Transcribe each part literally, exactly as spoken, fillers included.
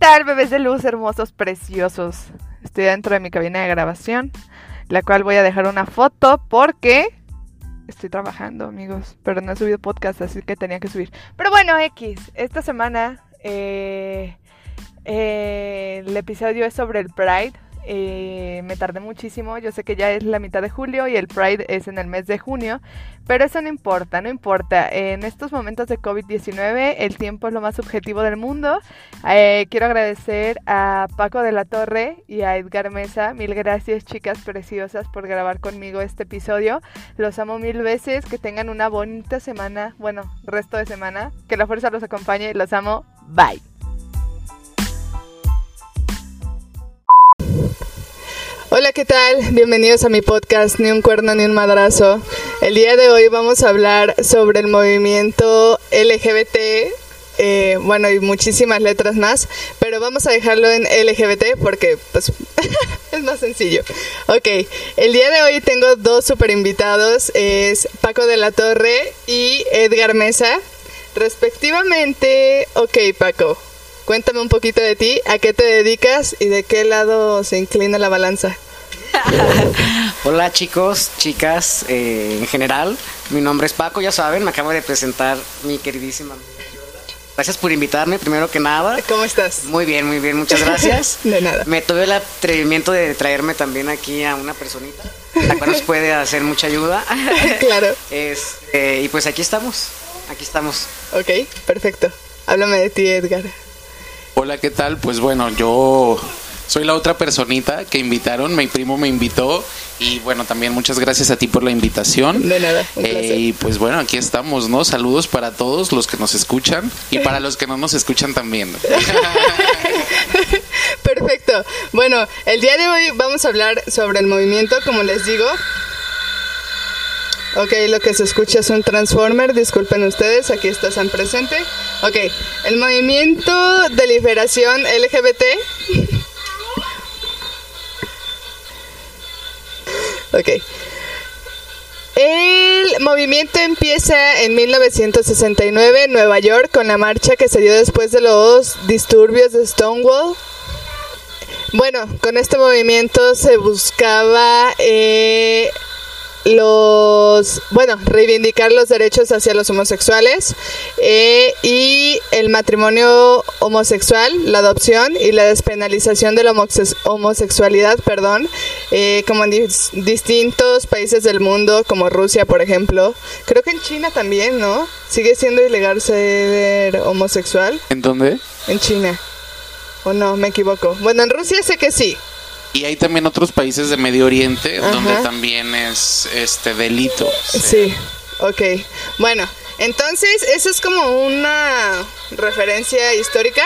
tal, bebés de luz, hermosos, preciosos? Estoy dentro de mi cabina de grabación, la cual voy a dejar una foto porque estoy trabajando, amigos, pero no he subido podcast, así que tenía que subir. Pero bueno, X, esta semana eh, eh, el episodio es sobre el Pride. Eh, me tardé muchísimo, yo sé que ya es la mitad de julio y el Pride es en el mes de junio, pero eso no importa, no importa. En estos momentos de covid diecinueve el tiempo es lo más subjetivo del mundo. Eh, quiero agradecer a Paco de la Torre y a Edgar Mesa. Mil gracias, chicas preciosas, por grabar conmigo este episodio. Los amo mil veces, que tengan una bonita semana, bueno, resto de semana, que la fuerza los acompañe, los amo, bye. Hola, ¿qué tal? Bienvenidos a mi podcast Ni un cuerno ni un madrazo. El día de hoy vamos a hablar sobre el movimiento L G B T, eh, bueno, y muchísimas letras más, pero vamos a dejarlo en L G B T porque pues es más sencillo. Ok, el día de hoy tengo dos super invitados, es Paco de la Torre y Edgar Mesa, respectivamente. Ok, Paco, cuéntame un poquito de ti, a qué te dedicas y de qué lado se inclina la balanza. Hola chicos, chicas, eh, en general, mi nombre es Paco, ya saben, me acabo de presentar mi queridísima. Gracias por invitarme, primero que nada. ¿Cómo estás? Muy bien, muy bien, muchas gracias. De nada. Me tuve el atrevimiento de traerme también aquí a una personita, la cual nos puede hacer mucha ayuda. Claro. Este, y pues aquí estamos, aquí estamos. Ok, perfecto. Háblame de ti, Edgar. Hola, ¿qué tal? Pues bueno, yo soy la otra personita que invitaron, mi primo me invitó y bueno, también muchas gracias a ti por la invitación. De nada, un placer. Eh, y pues bueno, aquí estamos, ¿no? Saludos para todos los que nos escuchan y para los que no nos escuchan también. Perfecto. Bueno, el día de hoy vamos a hablar sobre el movimiento, como les digo. Ok, lo que se escucha es un Transformer, disculpen ustedes, aquí está San presente. Ok, el movimiento de liberación L G B T. Ok. El movimiento empieza en mil novecientos sesenta y nueve en Nueva York con la marcha que se dio después de los disturbios de Stonewall. Bueno, con este movimiento se buscaba eh, los, bueno, reivindicar los derechos hacia los homosexuales eh, y el matrimonio homosexual, la adopción y la despenalización de la homose- homosexualidad, perdón, eh, como en dis- distintos países del mundo, como Rusia, por ejemplo. Creo que en China también, ¿no? Sigue siendo ilegal ser homosexual. ¿En dónde? En China. ¿O no? Me equivoco. Bueno, en Rusia sé que sí. Y hay también otros países de Medio Oriente. Ajá. Donde también es este delito. Sí. sí, ok. Bueno, entonces eso es como una referencia histórica.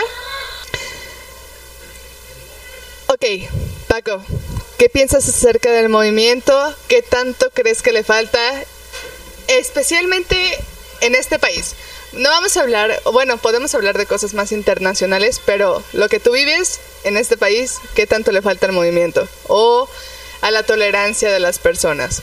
Ok, Paco, ¿qué piensas acerca del movimiento? ¿Qué tanto crees que le falta? Especialmente en este país. No vamos a hablar, bueno, podemos hablar de cosas más internacionales, pero lo que tú vives en este país, ¿qué tanto le falta al movimiento? O a la tolerancia de las personas.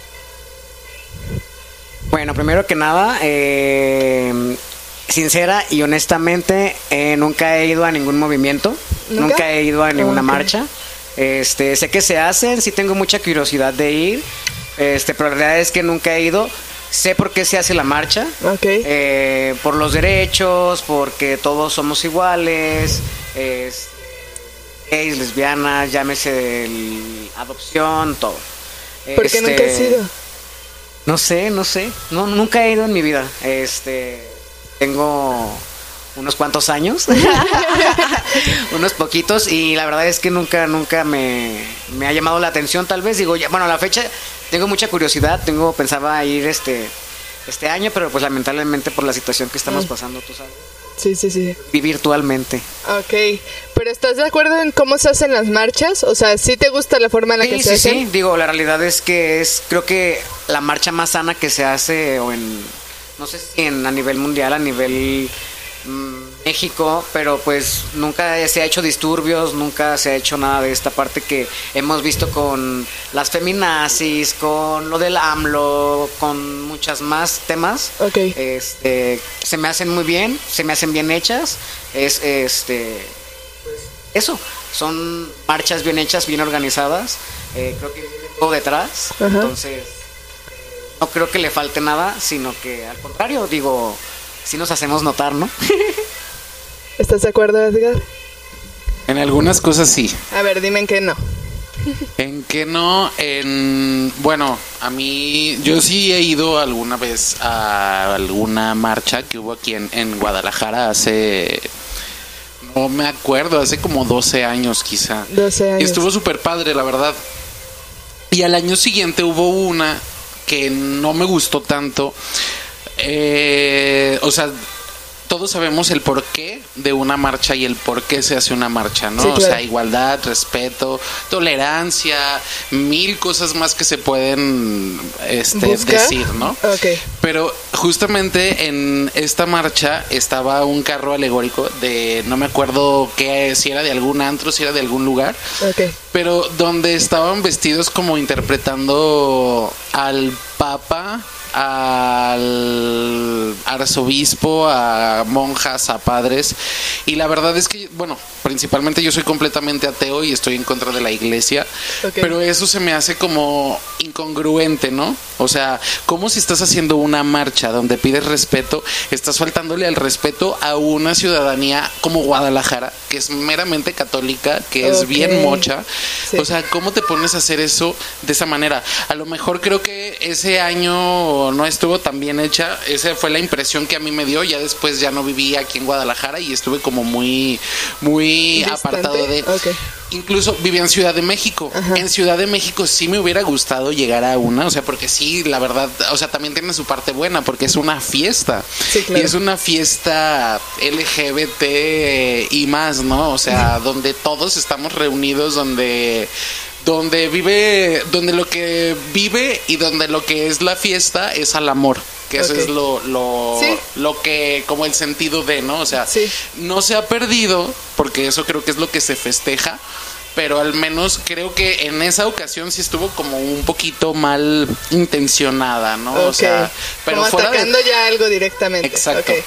Bueno, primero que nada, eh, sincera y honestamente, eh, nunca he ido a ningún movimiento, ¿Nunca? nunca he ido a ninguna oh, okay. marcha. Este, sé que se hacen, sí tengo mucha curiosidad de ir, este, pero la realidad es que nunca he ido. Sé por qué se hace la marcha, okay. eh, por los derechos, porque todos somos iguales, eh, gays, lesbianas, llámese el, adopción, todo. ¿Por qué este, nunca has ido? No sé, no sé, no, nunca he ido en mi vida. Este, tengo unos cuantos años, unos poquitos, y la verdad es que nunca, nunca me, me ha llamado la atención. Tal vez digo, ya, bueno, a la fecha tengo mucha curiosidad, tengo pensaba ir este este año, pero pues lamentablemente por la situación que estamos pasando, tú sabes. Sí, sí, sí. Y virtualmente. Ok, pero ¿estás de acuerdo en cómo se hacen las marchas? O sea, ¿sí te gusta la forma en la sí, que sí, se hacen? Sí, sí, digo, la realidad es que es, creo que la marcha más sana que se hace, o en, no sé si en, a nivel mundial, a nivel México, pero pues nunca se ha hecho disturbios, nunca se ha hecho nada de esta parte que hemos visto con las feminazis, con lo del AMLO, con muchas más temas. Okay. Este, se me hacen muy bien, se me hacen bien hechas. Es este eso, son marchas bien hechas, bien organizadas, eh, creo que viene todo detrás, Ajá. entonces no creo que le falte nada, sino que al contrario, digo, sí nos hacemos notar, ¿no? ¿Estás de acuerdo, Edgar? En algunas cosas sí. A ver, dime en qué no. En que no, en bueno, a mí yo sí he ido alguna vez a alguna marcha que hubo aquí en, en Guadalajara hace, no me acuerdo, hace como doce años quizá. doce años. Y estuvo súper padre, la verdad. Y al año siguiente hubo una que no me gustó tanto. Eh, o sea, todos sabemos el porqué de una marcha y el por qué se hace una marcha, ¿no? Sí, claro. O sea, igualdad, respeto, tolerancia, mil cosas más que se pueden este, ¿Buscar? decir, ¿no? Ok. Pero justamente en esta marcha estaba un carro alegórico de, no me acuerdo qué, si era de algún antro, si era de algún lugar, Ok. pero donde estaban vestidos como interpretando al Papa, al arzobispo, a monjas, a padres, y la verdad es que, bueno, principalmente yo soy completamente ateo y estoy en contra de la iglesia, Okay. pero eso se me hace como incongruente, ¿no? O sea, como si estás haciendo una marcha donde pides respeto, estás faltándole al respeto a una ciudadanía como Guadalajara, que es meramente católica, que es Ok. bien mocha. Sí. O sea, ¿cómo te pones a hacer eso de esa manera? A lo mejor creo que ese año no estuvo tan bien hecha. Esa fue la impresión que a mí me dio. Ya después ya no viví aquí en Guadalajara y estuve como muy, muy Distante. apartado de... Ok. Incluso vivía en Ciudad de México. Ajá. En Ciudad de México sí me hubiera gustado llegar a una, o sea, porque sí, la verdad, o sea, también tiene su parte buena, porque es una fiesta. Sí, claro. Y es una fiesta L G B T y más, ¿no? O sea, donde todos estamos reunidos, donde donde vive, donde lo que vive y donde lo que es la fiesta es al amor. Que eso Ok. es lo, lo, Sí. lo que, como el sentido de, ¿no? O sea, Sí. no se ha perdido, porque eso creo que es lo que se festeja, pero al menos creo que en esa ocasión sí estuvo como un poquito mal intencionada, ¿no? Ok. O sea, pero Como fuera atacando de... ya algo directamente. Exacto. Ok.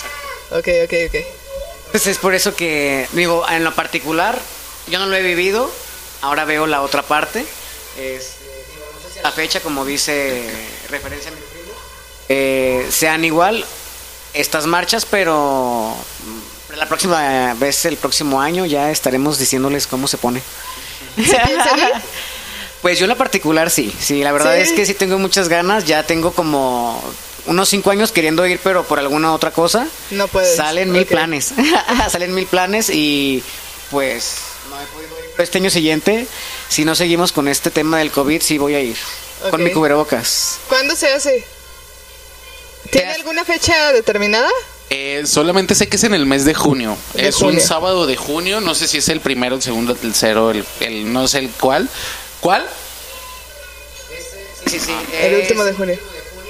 Ok, ok, ok. Pues es por eso que, digo, en lo particular, yo no lo he vivido, ahora veo la otra parte. Este, digo, no sé si a la fecha, como dice referencia a mi primo, eh, sean igual estas marchas, pero mm, la próxima vez, el próximo año, ya estaremos diciéndoles cómo se pone. ¿Sí piensan ir? Pues yo en lo particular sí, sí, la verdad ¿Sí? es que sí tengo muchas ganas, ya tengo como unos cinco años queriendo ir, pero por alguna otra cosa. No puedes. Salen mil Ok. planes, salen mil planes y pues no he podido ir. Pero este año siguiente, si no seguimos con este tema del COVID, sí voy a ir, con Ok. mi cubrebocas. ¿Cuándo se hace? ¿Tiene Te- alguna fecha determinada? Eh, solamente sé que es en el mes de junio. De es junio. un sábado de junio. No sé si es el primero, el segundo, el tercero, el, el no sé el cuál. ¿Cuál? Sí, sí, sí. El es- último de junio.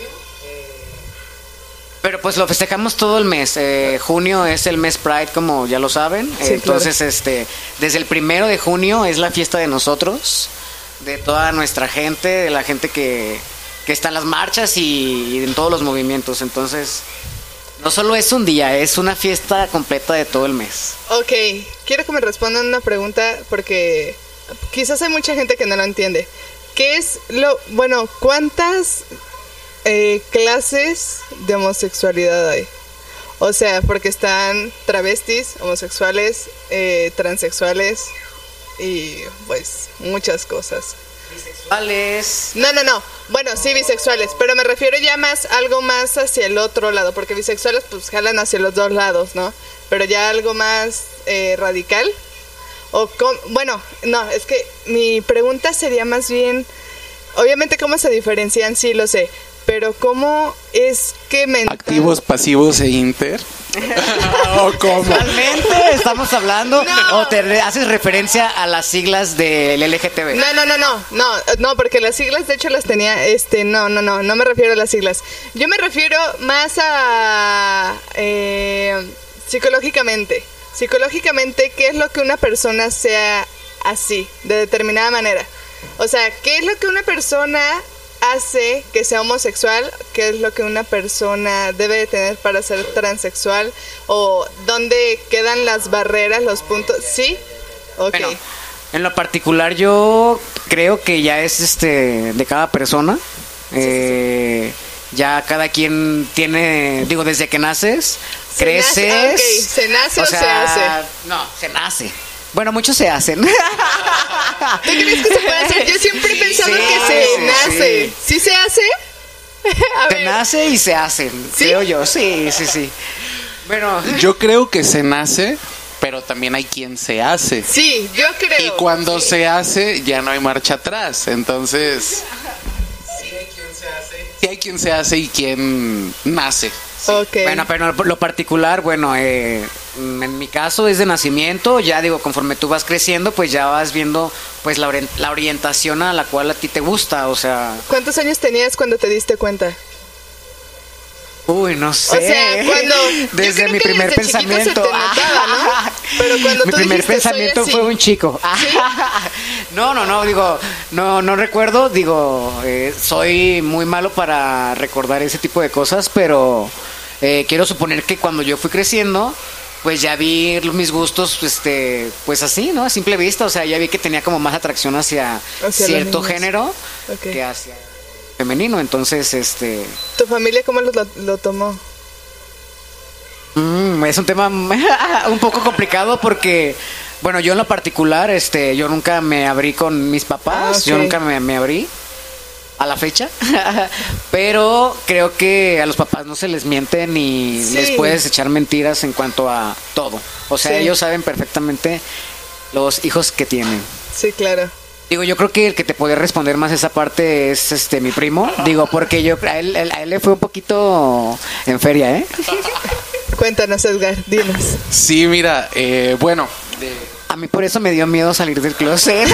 Pero pues lo festejamos todo el mes. Eh, junio es el mes Pride, como ya lo saben. Sí, Entonces, este, desde el primero de junio es la fiesta de nosotros, de toda nuestra gente, de la gente que, que está en las marchas y, y en todos los movimientos. Entonces, no solo es un día, es una fiesta completa de todo el mes. Ok, quiero que me respondan una pregunta porque quizás hay mucha gente que no lo entiende. ¿Qué es lo, bueno, cuántas eh, clases de homosexualidad hay? O sea, porque están travestis, homosexuales, eh, transexuales y pues muchas cosas. Bisexuales. No, no, no. Bueno, sí, bisexuales, pero me refiero ya más, algo más hacia el otro lado, porque bisexuales pues jalan hacia los dos lados, ¿no? Pero ya algo más eh, radical. O com- bueno, no, es que mi pregunta sería más bien, obviamente cómo se diferencian, sí lo sé, pero cómo es que mental- Activos, pasivos e inter. ¿O cómo? Realmente estamos hablando No. o te re- haces referencia a las siglas del L G T B. No, no, no, no, no, no, porque las siglas de hecho las tenía, este, no, no, no, no me refiero a las siglas. Yo me refiero más a eh, psicológicamente. Psicológicamente, ¿qué es lo que una persona sea así, de determinada manera? O sea, ¿qué es lo que una persona hace que sea homosexual? ¿Qué es lo que una persona debe de tener para ser transexual? ¿O dónde quedan las barreras, los puntos? ¿Sí? Ok. Bueno, en lo particular yo creo que ya es este de cada persona. Eh, ya cada quien tiene, digo, desde que naces, ¿Se creces. nace? Ah, ok. ¿Se nace o se hace? No, se nace. Bueno, muchos se hacen. ¿Tú crees que se puede hacer? Yo siempre he pensado Sí, que se sí, nace. sí. ¿Sí se hace? A Se ver. nace y se hacen, ¿Sí? creo yo. Sí, sí, sí. Bueno, Yo creo que se nace, pero también hay quien se hace. Sí, yo creo. Y cuando sí. se hace, ya no hay marcha atrás. Entonces, sí hay quien se hace. Sí hay quien se hace y quien nace. Ok. bueno, pero lo particular, bueno, eh, en mi caso es de nacimiento. Ya digo, conforme tú vas creciendo, pues ya vas viendo pues la, orien- la orientación a la cual a ti te gusta. O sea, ¿Cuántos años tenías cuando te diste cuenta? uy, no sé. O sea, cuando... yo Desde creo mi que primer desde chiquito pensamiento. se te notaba, ¿no? Pero cuando Mi tú primer dijiste, "Soy pensamiento así". fue un chico. No, no, no, digo, no, no recuerdo, digo, eh, soy muy malo para recordar ese tipo de cosas, pero eh, quiero suponer que cuando yo fui creciendo, pues ya vi mis gustos, este, pues así, ¿no? A simple vista, o sea, ya vi que tenía como más atracción hacia, Hacia cierto los niños. género Ok. que hacia femenino, entonces, este, ¿Tu familia cómo lo, lo tomó? Mm, es un tema un poco complicado porque, bueno, yo en lo particular, este, yo nunca me abrí con mis papás, Ah, ok. yo nunca me, me abrí a la fecha, pero creo que a los papás no se les miente ni Sí. les puedes echar mentiras en cuanto a todo. O sea, Sí. ellos saben perfectamente los hijos que tienen. Sí, claro. Digo, yo creo que el que te puede responder más esa parte es este mi primo. Digo, porque yo a él, a él le fue un poquito en feria, ¿eh? Cuéntanos, Edgar, dinos. Sí, mira, eh, bueno, de- A mí por eso me dio miedo salir del closet.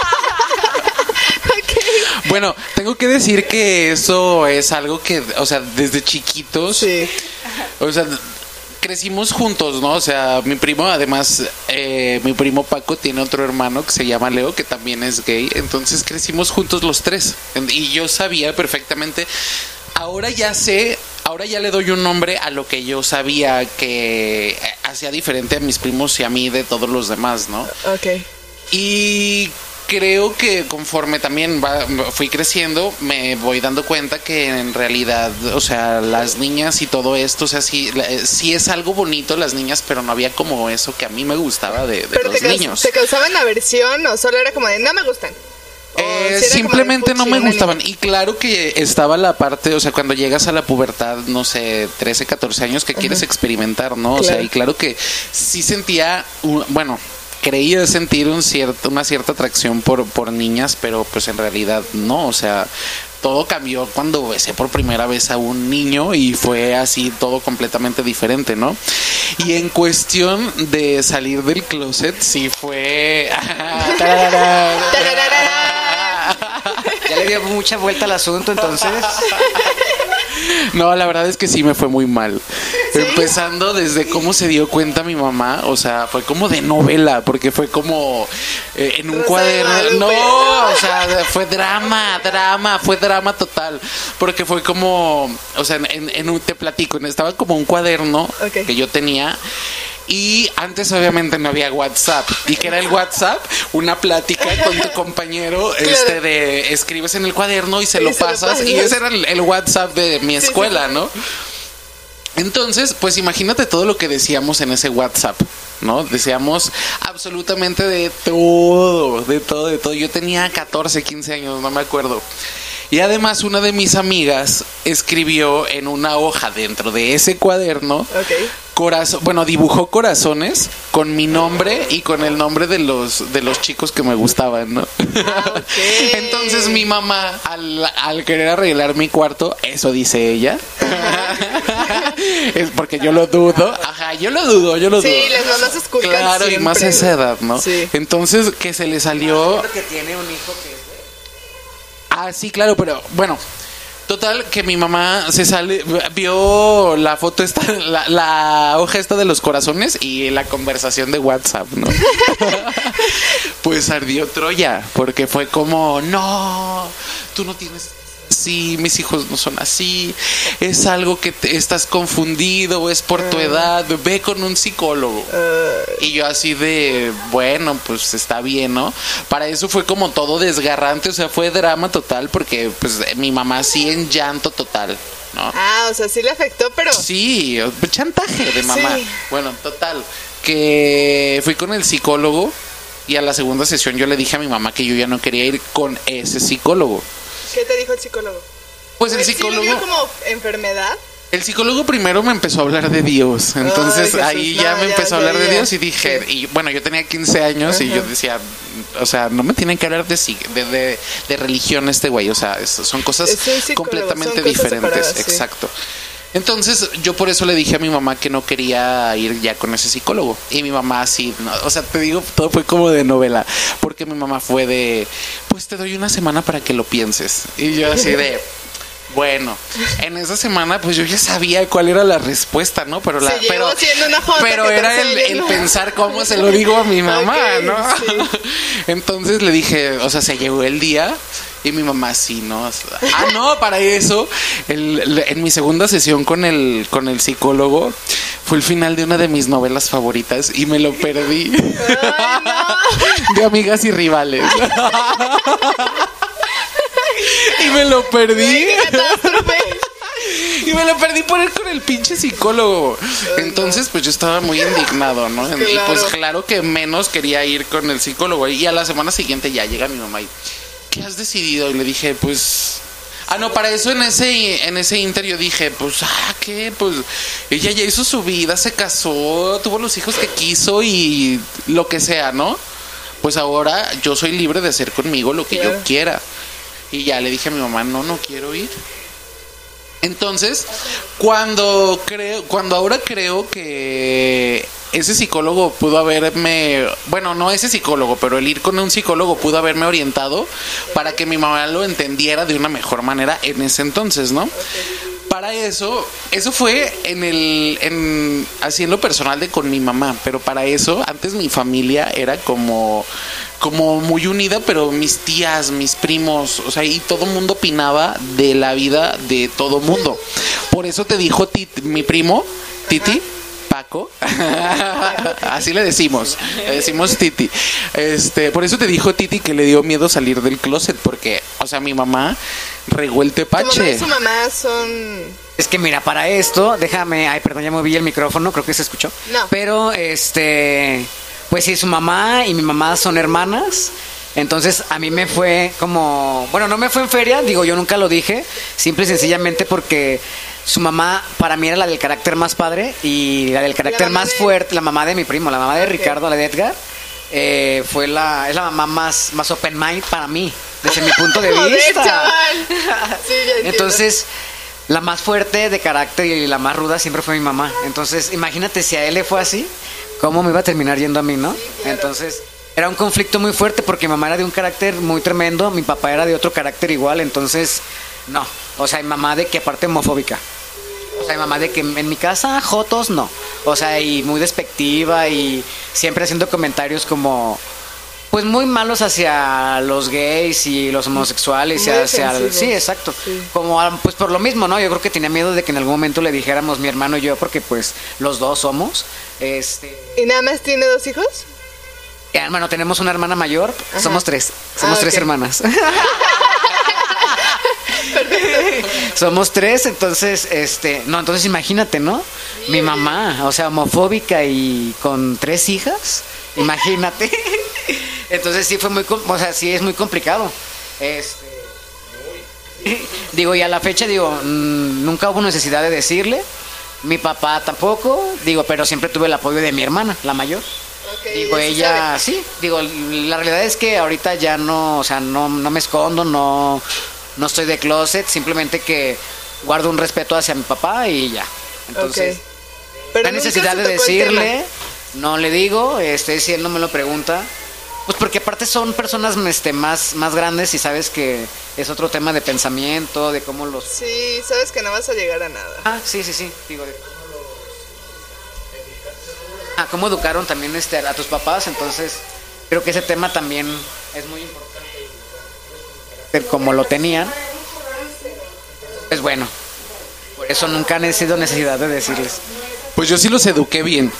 bueno, tengo que decir que eso es algo que, o sea, desde chiquitos, Sí. o sea, crecimos juntos, ¿no? O sea, mi primo, además, eh, mi primo Paco tiene otro hermano que se llama Leo, que también es gay, entonces crecimos juntos los tres. Y yo sabía perfectamente, ahora ya sé, ahora ya le doy un nombre a lo que yo sabía que hacía diferente a mis primos y a mí de todos los demás, ¿no? Ok. Y creo que conforme también va- fui creciendo, me voy dando cuenta que en realidad, o sea, las niñas y todo esto, o sea, sí, la- eh, sí es algo bonito las niñas, pero no había como eso que a mí me gustaba de, de ¿Pero los te, caus- niños. te causaban aversión o solo era como de no me gustan? O Eh, sí era como de, simplemente no "Puchi, me una gustaban. niña". Y claro que estaba la parte, o sea, cuando llegas a la pubertad, no sé, trece, catorce años, que quieres experimentar, ¿no? O sea, Claro. y claro que sí sentía, un- bueno, creía sentir un cierto, una cierta atracción por, por niñas, pero pues en realidad no, o sea, todo cambió cuando besé por primera vez a un niño y fue así todo completamente diferente, ¿no? Y en cuestión de salir del closet, sí fue... Ya le dio mucha vuelta al asunto, entonces. No, la verdad es que sí me fue muy mal. Empezando desde cómo se dio cuenta mi mamá, o sea, fue como de novela, porque fue como eh, en un Rosa de cuaderno. Guadalupe. No, o sea, fue drama, drama, fue drama total. Porque fue como, o sea, en, en un, te platico, estaba como un cuaderno Ok. que yo tenía. Y antes obviamente no había WhatsApp. ¿Y que era el WhatsApp? Una plática con tu compañero, Claro. este de escribes en el cuaderno y se Y lo se lo pasas. Y pasas. ese era el, el WhatsApp de mi Sí, sí, escuela, sí. ¿no? Entonces, pues imagínate todo lo que decíamos en ese WhatsApp, ¿no? Decíamos absolutamente de todo, de todo, de todo. Yo tenía catorce, quince años, no me acuerdo. Y además una de mis amigas escribió en una hoja dentro de ese cuaderno, Ok. corazón, bueno, dibujó corazones con mi nombre y con el nombre de los de los chicos que me gustaban, ¿no? Ah, ok. Entonces mi mamá, al, al querer arreglar mi cuarto, eso dice ella, es porque yo lo dudo, ajá, yo lo dudo, yo lo Sí, dudo. las mamás esculcan Claro, y siempre. más a esa edad, ¿no? Sí. Entonces que se le salió... Que tiene un hijo que Ah, sí, claro, pero bueno, total que mi mamá se sale, vio la foto esta, la, la hoja esta de los corazones y la conversación de WhatsApp, ¿no? Pues ardió Troya, porque fue como, no, tú no tienes sí, mis hijos no son así, es algo que te, estás confundido o es por tu edad, ve con un psicólogo. Y yo así de, bueno, pues está bien, ¿no? Para eso fue como todo desgarrante, o sea, fue drama total porque pues mi mamá sí en llanto total, ¿no? Ah, o sea, sí le afectó, pero... Sí, chantaje de mamá. Sí. Bueno, total, que fui con el psicólogo y a la segunda sesión yo le dije a mi mamá que yo ya no quería ir con ese psicólogo. ¿Qué te dijo el psicólogo? Pues el ¿Sí psicólogo... lo vio como enfermedad? El psicólogo primero me empezó a hablar de Dios, entonces Ay, ahí Jesús, ya no, me ya, empezó a ya, hablar de ya. Dios y dije, Sí. y bueno, yo tenía quince años y yo decía, o sea, no me tienen que hablar de, sig- de, de, de religión este güey, o sea, es- son cosas Es un psicólogo, completamente son cosas diferentes, separadas, sí. exacto. Entonces yo por eso le dije a mi mamá que no quería ir ya con ese psicólogo. Y mi mamá así, no, o sea, te digo, todo fue como de novela. Porque mi mamá fue de, pues te doy una semana para que lo pienses. Y yo así de, bueno, en esa semana pues yo ya sabía cuál era la respuesta, ¿no? Pero la, Se llevó pero, siendo una jota pero que era te el, hace, el ¿no? pensar cómo se lo digo a mi mamá, Ok, ¿no? sí. Entonces le dije, o sea, se llegó el día y mi mamá sí, ¿no? Ah, no, para eso, el- el- en mi segunda sesión con el, con el psicólogo fue el final de una de mis novelas favoritas y me lo perdí. Ay, no. De amigas y rivales. Y me lo perdí. ¡Qué catástrofe! Y me lo perdí por ir con el pinche psicólogo. Entonces, pues yo estaba muy indignado, ¿no? Y Claro. pues claro que menos quería ir con el psicólogo. Y a la semana siguiente ya llega mi mamá y, ¿qué has decidido? Y le dije, pues... Ah, no, para eso en ese en ese inter yo dije, pues, ah, ¿qué? Pues ella ya hizo su vida, se casó, tuvo los hijos que quiso y lo que sea, ¿no? Pues ahora yo soy libre de hacer conmigo lo que Claro. yo quiera. Y ya le dije a mi mamá, no, no quiero ir. Entonces, cuando creo, cuando ahora creo que ese psicólogo pudo haberme, bueno, no ese psicólogo, pero el ir con un psicólogo pudo haberme orientado para que mi mamá lo entendiera de una mejor manera en ese entonces, ¿no? Para eso, eso fue en el, en, así en lo personal de con mi mamá, pero para eso, antes mi familia era como, como muy unida, pero mis tías, mis primos, o sea, y todo mundo opinaba de la vida de todo mundo. Por eso te dijo Titi, mi primo, Titi, Paco, así le decimos, le decimos Titi. Este, por eso te dijo Titi que le dio miedo salir del closet, porque, o sea, mi mamá regó el Tu mamá tepache. y su mamá son... Es que mira, para esto, déjame, ay, perdón, ya moví el micrófono, creo que se escuchó. No. Pero, este, pues sí, su mamá y mi mamá son hermanas. Entonces a mí me fue como, bueno, no me fue en feria, digo, yo nunca lo dije, simple y sencillamente porque su mamá para mí era la del carácter más padre y la del carácter mamá más de- fuerte, la mamá de mi primo, la mamá de Ok. Ricardo, la de Edgar, eh, fue la, es la mamá más, más open mind para mí, desde mi punto de Joder, vista. chaval. Sí, ya entiendo. Entonces, la más fuerte de carácter y la más ruda siempre fue mi mamá. Entonces, imagínate si a él le fue así, ¿cómo me iba a terminar yendo a mí, no? Entonces, era un conflicto muy fuerte porque mi mamá era de un carácter muy tremendo, mi papá era de otro carácter igual, entonces, no. O sea, mi mamá de que aparte homofóbica. O sea, mi mamá de que en mi casa, jotos, no. O sea, y muy despectiva y siempre haciendo comentarios como... Pues muy malos hacia los gays y los homosexuales y Muy hacia... ofensivos. Sí, exacto. Sí. Como, ah, pues por lo mismo, ¿no? Yo creo que tenía miedo de que en algún momento le dijéramos mi hermano y yo, porque pues los dos somos. Este... ¿Y nada más tiene dos hijos? eh, Hermano, tenemos una hermana mayor, Ajá. somos tres. Somos Ah, tres ok. hermanas. Somos tres, entonces, este... No, entonces imagínate, ¿no? Mi mamá, o sea, homofóbica y con tres hijas. Imagínate. Entonces sí fue muy, com- o sea, sí es muy complicado. Este, digo, y a la fecha digo, mm, nunca hubo necesidad de decirle. Mi papá tampoco, digo, pero siempre tuve el apoyo de mi hermana, la mayor. Ok, Digo, ya se ella, sabe. sí, digo, la realidad es que ahorita ya no, o sea, no, no me escondo, no, no estoy de closet, simplemente que guardo un respeto hacia mi papá y ya. Entonces, Ok. Pero la nunca necesidad se de tocó el tema. decirle, no le digo, este, si él no me lo pregunta, pues porque aparte son personas este, más, más grandes y sabes que es otro tema de pensamiento, de cómo los... Sí, sabes que no vas a llegar a nada. Ah, sí, sí, sí, digo, de cómo los... Ah, cómo educaron también este, a tus papás, entonces creo que ese tema también es muy importante, como lo tenían. Pues bueno, por eso nunca han sido necesidad de decirles. Pues yo sí los eduqué bien.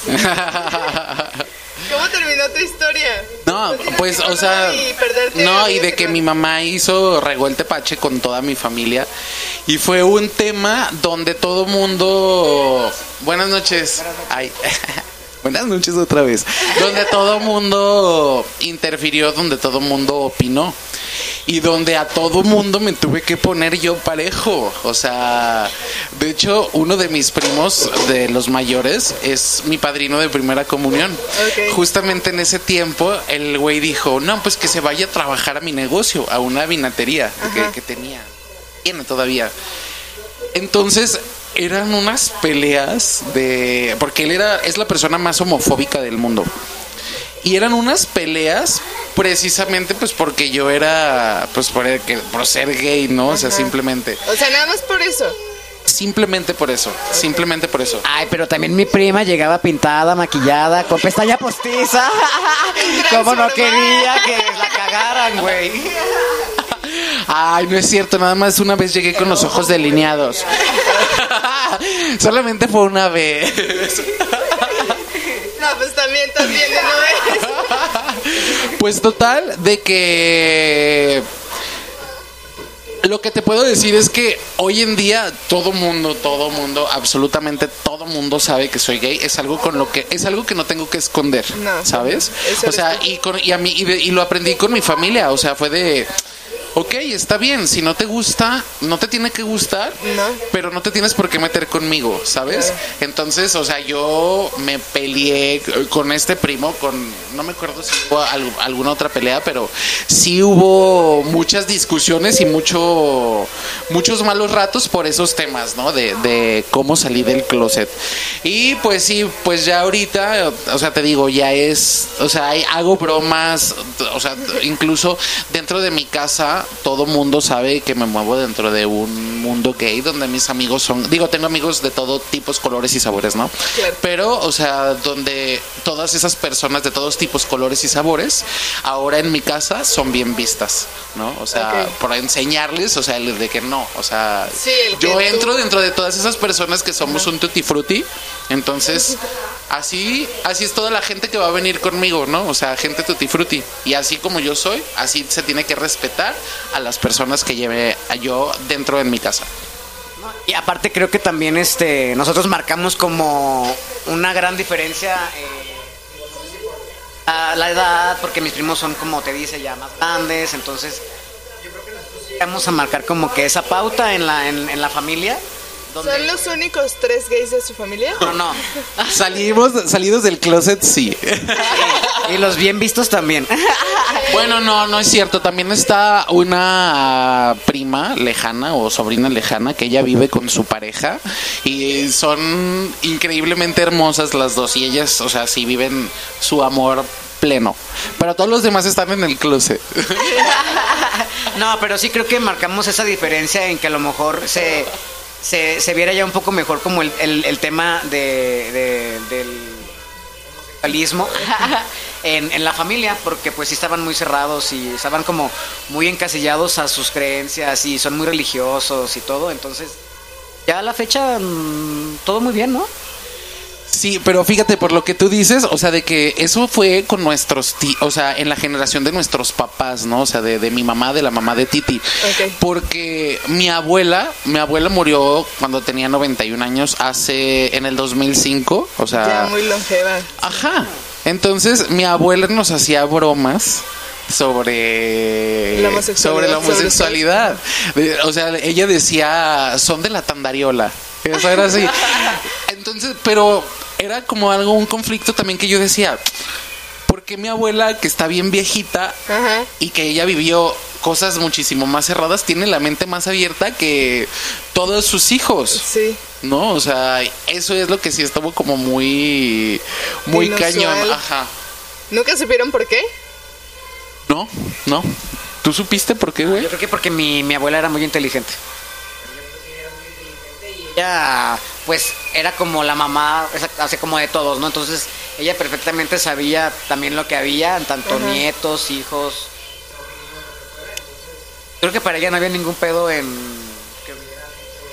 ¿Cómo terminó tu historia? No, ¿No tienes pues, que o sea, correr y perderte no, y amigos de que no? mi mamá hizo, regó el tepache con toda mi familia. Y fue un tema donde todo mundo... Buenas noches. Ay. Buenas noches otra vez. Donde todo mundo interfirió, donde todo mundo opinó. Y donde a todo mundo me tuve que poner yo parejo. O sea, de hecho, uno de mis primos, de los mayores, es mi padrino de primera comunión. Ok. Justamente en ese tiempo, el güey dijo, no, pues que se vaya a trabajar a mi negocio, a una vinatería que, que tenía. Tiene todavía. Entonces, eran unas peleas de... Porque él era, es la persona más homofóbica del mundo. Y eran unas peleas precisamente pues porque yo era, pues por, el, por ser gay, ¿no? O sea, simplemente. O sea, nada más por eso. Simplemente por eso, simplemente por eso. Ay, pero también mi prima llegaba pintada, maquillada, con pestaña postiza. Como no quería que la cagaran, güey. Ay, no es cierto, nada más una vez llegué con los ojos delineados. Solamente fue una vez. No, pues también estás viendo, ¿no ves? Pues total, de que... Lo que te puedo decir es que hoy en día todo mundo, todo mundo, absolutamente todo mundo sabe que soy gay. Es algo con lo que es algo que no tengo que esconder, No, ¿sabes? eso O sea, eres tú. y con, y a mí y, de- y lo aprendí con mi familia. O sea, fue de, ok, está bien. Si no te gusta, no te tiene que gustar, No. pero no te tienes por qué meter conmigo, ¿sabes? Entonces, o sea, yo me peleé con este primo, con no me acuerdo si hubo al- alguna otra pelea, pero sí hubo muchas discusiones y mucho muchos malos ratos por esos temas, ¿no? De, de cómo salí del closet. Y pues sí, pues ya ahorita, o sea, te digo, ya es, o sea, hay- hago bromas, o sea, incluso dentro de mi casa todo mundo sabe que me muevo dentro de un mundo gay donde mis amigos son, digo, tengo amigos de todo tipos, colores y sabores, ¿no? Claro. Pero, o sea, donde todas esas personas de todos tipos, colores y sabores, ahora en mi casa son bien vistas, ¿no? O sea, Ok. por enseñarles, o sea, el de que no, o sea, Sí, el yo que entro tú- dentro de todas esas personas que somos un tutti frutti, entonces, así, así es toda la gente que va a venir conmigo, ¿no? O sea, gente tutti frutti. Y así como yo soy, así se tiene que respetar a las personas que lleve a yo dentro de mi casa. Y aparte creo que también este nosotros marcamos como una gran diferencia eh, a la edad, porque mis primos son, como te dice, ya más grandes, entonces yo creo que nosotros llegamos a marcar como que esa pauta en la en, en la familia. Donde, ¿Son los únicos tres gays de su familia? no, no. Salimos, salidos del closet, sí. Y los bien vistos también. Bueno, no, no es cierto. También está una prima lejana o sobrina lejana que ella vive con su pareja y son increíblemente hermosas las dos y ellas, o sea, sí viven su amor pleno. Pero todos los demás están en el closet. No, pero sí creo que marcamos esa diferencia en que a lo mejor se, se, se viera ya un poco mejor como el, el, el tema de, de- del homosexualismo en, en la familia, porque pues sí estaban muy cerrados y estaban como muy encasillados a sus creencias y son muy religiosos y todo, entonces ya a la fecha mm, todo muy bien, ¿no? Sí, pero fíjate, por lo que tú dices, o sea, de que eso fue con nuestros tíos, o sea, en la generación de nuestros papás, ¿no? O sea, de, de mi mamá, de la mamá de Titi. Ok. Porque mi abuela, mi abuela murió cuando tenía noventa y un años, hace, en el dos mil cinco, o sea... Ya muy longeva. Ajá. Entonces, mi abuela nos hacía bromas sobre La homosexualidad, sobre la sobre homosexualidad. De- O sea, ella decía, son de la tandariola. Eso era así. Entonces, pero era como algo, un conflicto también que yo decía, ¿por qué mi abuela, que está bien viejita Ajá. y que ella vivió cosas muchísimo más cerradas, tiene la mente más abierta que todos sus hijos? Sí. ¿No? O sea, eso es lo que sí estuvo como muy, muy Inusual. cañón. Ajá. ¿Nunca supieron por qué? No, no. ¿Tú supiste por qué, güey? Yo creo que porque mi, mi abuela era muy inteligente. Ella, pues, era como la mamá, hace como de todos, ¿no? Entonces, ella perfectamente sabía también lo que había, tanto Ajá. nietos, hijos. Creo que para ella no había ningún pedo en que hubiera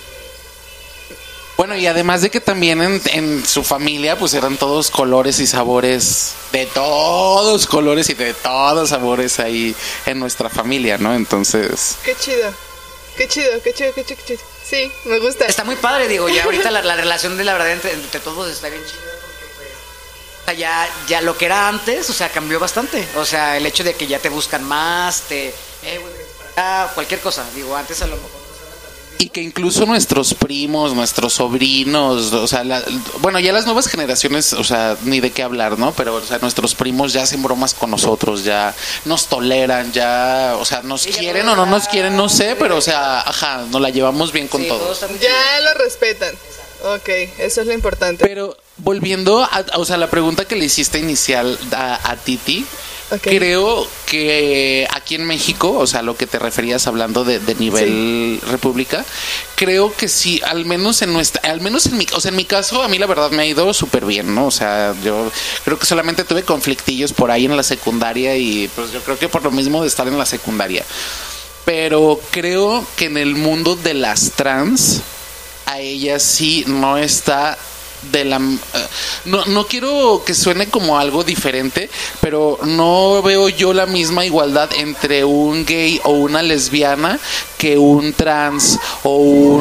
Bueno, y además de que también en, en su familia pues eran todos colores y sabores, de todos colores y de todos sabores ahí en nuestra familia, ¿no? Entonces... Qué chido, qué chido, qué chido, qué chido, qué chido. Sí, me gusta. Está muy padre, digo, ya ahorita la, la relación de la verdad entre, entre todos está bien chida porque pues, o sea, ya, ya lo que era antes, o sea, cambió bastante. O sea, el hecho de que ya te buscan más, te... Eh, güey, para acá, cualquier cosa, digo, antes a lo mejor... Y que incluso nuestros primos, nuestros sobrinos, o sea, la, bueno, ya las nuevas generaciones, o sea, ni de qué hablar, ¿no? Pero, o sea, nuestros primos ya hacen bromas con nosotros, ya nos toleran, ya, o sea, nos quieren o no nos quieren, no sé, pero, o sea, ajá, nos la llevamos bien con Sí, todos. está muy chido. Ya lo respetan. Ok, eso es lo importante. Pero volviendo a, o sea, la pregunta que le hiciste inicial a, a Titi, Ok. creo que aquí en México, o sea, lo que te referías hablando de, de nivel república, creo que sí, al menos en nuestra, al menos en mi, o sea, en mi caso, a mí la verdad me ha ido súper bien, ¿no? O sea, yo creo que solamente tuve conflictillos por ahí en la secundaria y pues yo creo que por lo mismo de estar en la secundaria. Pero creo que en el mundo de las trans, a ellas sí no está de la uh, no, no quiero que suene como algo diferente, pero no veo yo la misma igualdad entre un gay o una lesbiana que un trans o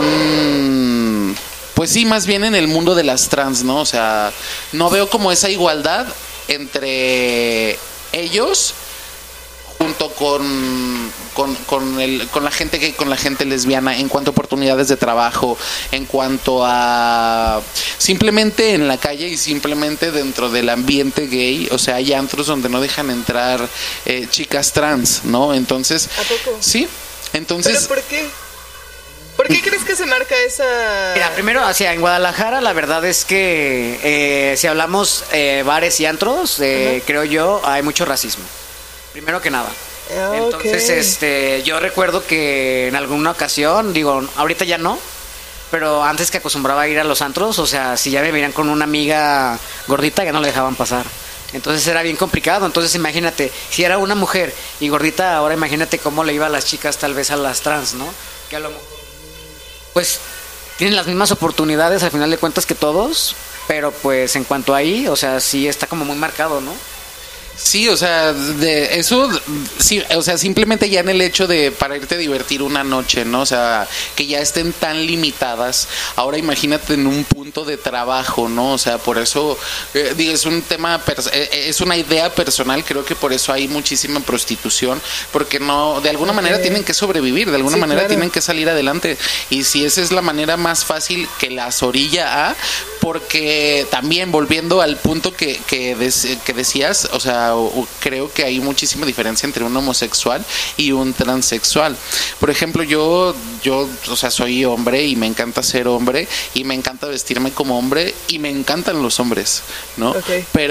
un, pues sí, más bien en el mundo de las trans, ¿no? O sea, no veo como esa igualdad entre ellos junto con con, con, el, con la gente gay, con la gente lesbiana, en cuanto a oportunidades de trabajo, en cuanto a simplemente en la calle y simplemente dentro del ambiente gay. O sea, hay antros donde no dejan entrar eh, chicas trans, ¿no? Entonces, ¿A poco? sí, entonces... ¿Pero por qué? ¿Por qué crees que se marca esa...? Mira, primero, hacia en Guadalajara, la verdad es que eh, si hablamos eh, bares y antros, eh, creo yo, hay mucho racismo. Primero que nada. Ah, Entonces, ok. este, yo recuerdo que en alguna ocasión, digo, ahorita ya no, pero antes que acostumbraba a ir a los antros, o sea, si ya me venían con una amiga gordita, ya no le dejaban pasar. Entonces era bien complicado. Entonces imagínate, si era una mujer y gordita, ahora imagínate cómo le iba a las chicas, tal vez a las trans, ¿no? Que a lo mejor, pues, tienen las mismas oportunidades al final de cuentas que todos, pero pues en cuanto a ahí, o sea, sí está como muy marcado, ¿no? Sí, o sea, de eso, sí, o sea, simplemente ya en el hecho de para irte a divertir una noche, ¿no? O sea, que ya estén tan limitadas. Ahora imagínate en un punto de trabajo, ¿no? O sea, por eso, eh, digo, es un tema, pers- eh, es una idea personal, creo que por eso hay muchísima prostitución, porque no, de alguna manera tienen que sobrevivir, de alguna Sí, manera claro. tienen que salir adelante. Y si esa es la manera más fácil que las orilla a, porque también volviendo al punto que, que, des- que decías, o sea, o- o creo que hay muchísima diferencia entre un homosexual y un transexual. Por ejemplo, yo, yo, o sea, soy hombre y me encanta ser hombre y me encanta vestirme como hombre y me encantan los hombres, ¿no? Ok.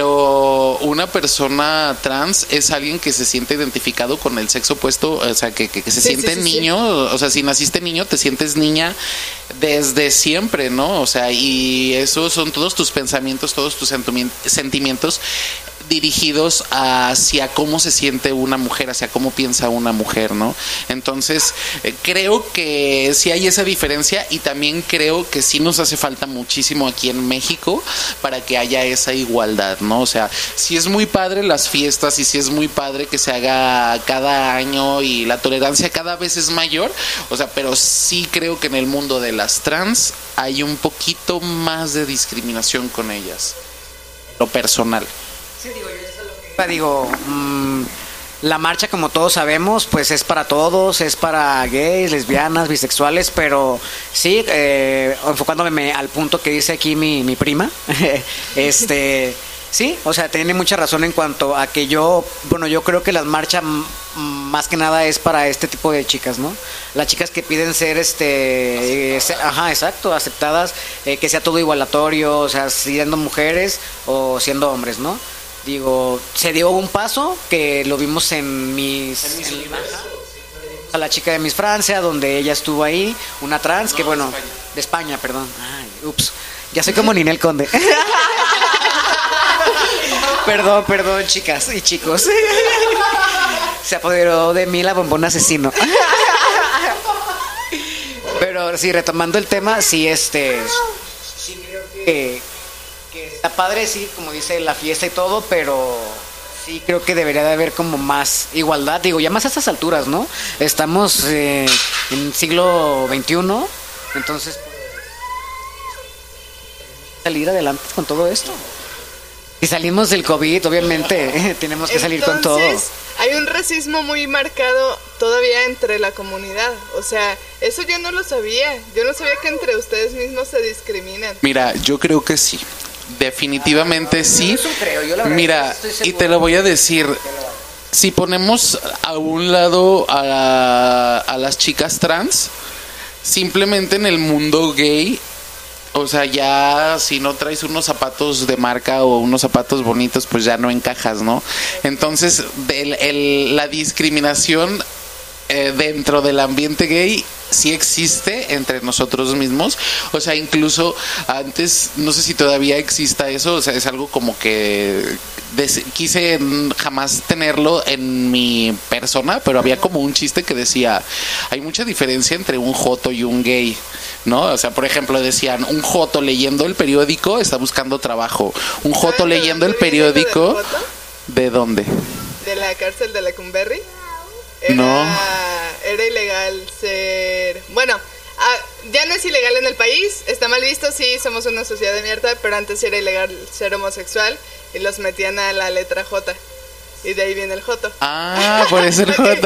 Pero una persona trans es alguien que se siente identificado con el sexo opuesto, o sea, que, que, que se Sí, siente sí, sí, sí. niño, o sea, si naciste niño, te sientes niña desde siempre, ¿no? O sea, y esos son todos tus pensamientos, todos tus sentimi- sentimientos dirigidos hacia cómo se siente una mujer, hacia cómo piensa una mujer, ¿no? Entonces, eh, creo que sí hay esa diferencia y también creo que sí nos hace falta muchísimo aquí en México para que haya esa igualdad, ¿no? O sea, sí es muy padre las fiestas y sí es muy padre que se haga cada año y la tolerancia cada vez es mayor, o sea, pero sí creo que en el mundo de las trans hay un poquito más de discriminación con ellas, lo personal. Sí, digo, yo eso es lo que iba, digo, mm, la marcha, como todos sabemos, pues es para todos, es para gays, lesbianas, bisexuales, pero sí, eh, enfocándome me- al punto que dice aquí mi, mi prima, este, sí, o sea, tiene mucha razón en cuanto a que yo, bueno, yo creo que la marcha m- más que nada es para este tipo de chicas, ¿no? Las chicas que piden ser, este, eh, se- ajá, exacto, aceptadas, eh, que sea todo igualatorio, o sea, siendo mujeres o siendo hombres, ¿no? Digo, se dio un paso que lo vimos en mis... en- ajá, a la chica de Miss Francia, donde ella estuvo ahí, una trans, que bueno, de España, perdón. Ay, ups, ya soy como Ninel Conde. Perdón, perdón, chicas y chicos. Se apoderó de mí la bombona asesino. Pero sí, retomando el tema, sí, este... sí creo que, que está padre, sí, como dice la fiesta y todo, pero sí creo que debería de haber como más igualdad, digo, ya más a estas alturas, ¿no? Estamos eh, en siglo veintiuno, entonces pues, salir adelante con todo esto. Si salimos del COVID, obviamente, tenemos que salir con todo. Entonces, hay un racismo muy marcado todavía entre la comunidad. O sea, eso yo no lo sabía. Yo no sabía que entre ustedes mismos se discriminan. Mira, yo creo que sí. Definitivamente sí. Eso creo, yo la verdad Mira, estoy y seguro te lo voy a decir. Si ponemos a un lado a, a las chicas trans, simplemente en el mundo gay, o sea, ya si no traes unos zapatos de marca o unos zapatos bonitos, pues ya no encajas, ¿no? Entonces, el, el, la discriminación eh, dentro del ambiente gay sí existe entre nosotros mismos. O sea, incluso antes, no sé si todavía exista eso, o sea, es algo como que des- quise jamás tenerlo en mi persona, pero había como un chiste que decía, hay mucha diferencia entre un joto y un gay, ¿no? O sea, por ejemplo, decían, un joto leyendo el periódico está buscando trabajo. Un joto leyendo el periódico, ¿de dónde? De la cárcel de Lecumberri. Era, No. Era ilegal ser... Bueno, ah, ya no es ilegal en el país, está mal visto, sí, somos una sociedad de mierda, pero antes era ilegal ser homosexual y los metían a la letra J. Y de ahí viene el joto. Ah, por eso el joto. Sí,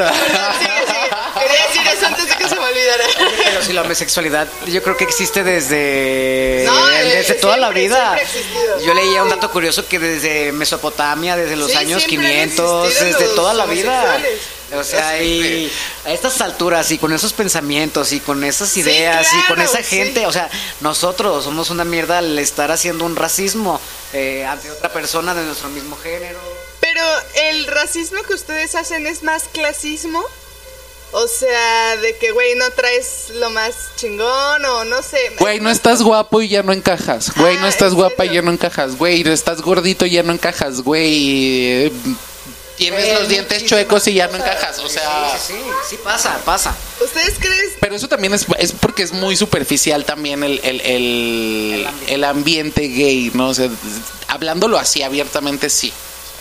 sí, quería decir eso antes de que se me olvidara. Pero si la homosexualidad yo creo que existe desde, No, desde eh, toda la siempre, vida. siempre ha existido. Yo leía un dato curioso que desde Mesopotamia, desde los Sí, años siempre han quinientos, existido desde los toda la vida. homosexuales. O sea, y a estas alturas y con esos pensamientos y con esas ideas y con claro, esa gente, sí. o sea, nosotros somos una mierda al estar haciendo un racismo eh, ante otra persona de nuestro mismo género. Pero el racismo que ustedes hacen es más clasismo. O sea, de que, güey, no traes lo más chingón o no sé. Güey, no estás guapo y ya no encajas. Güey, no Ah, estás ¿en guapa y serio? ya no encajas. Güey, estás gordito y ya no encajas. Güey, eh, tienes Eh, los dientes muchísimas chuecos y ya no cosas. encajas. O sea, Sí, sí, sí, sí pasa, pasa. ¿Ustedes creen? pero eso también es, es porque es muy superficial también el, el, el, el ambiente gay, ¿no? O sea, hablándolo así abiertamente, sí.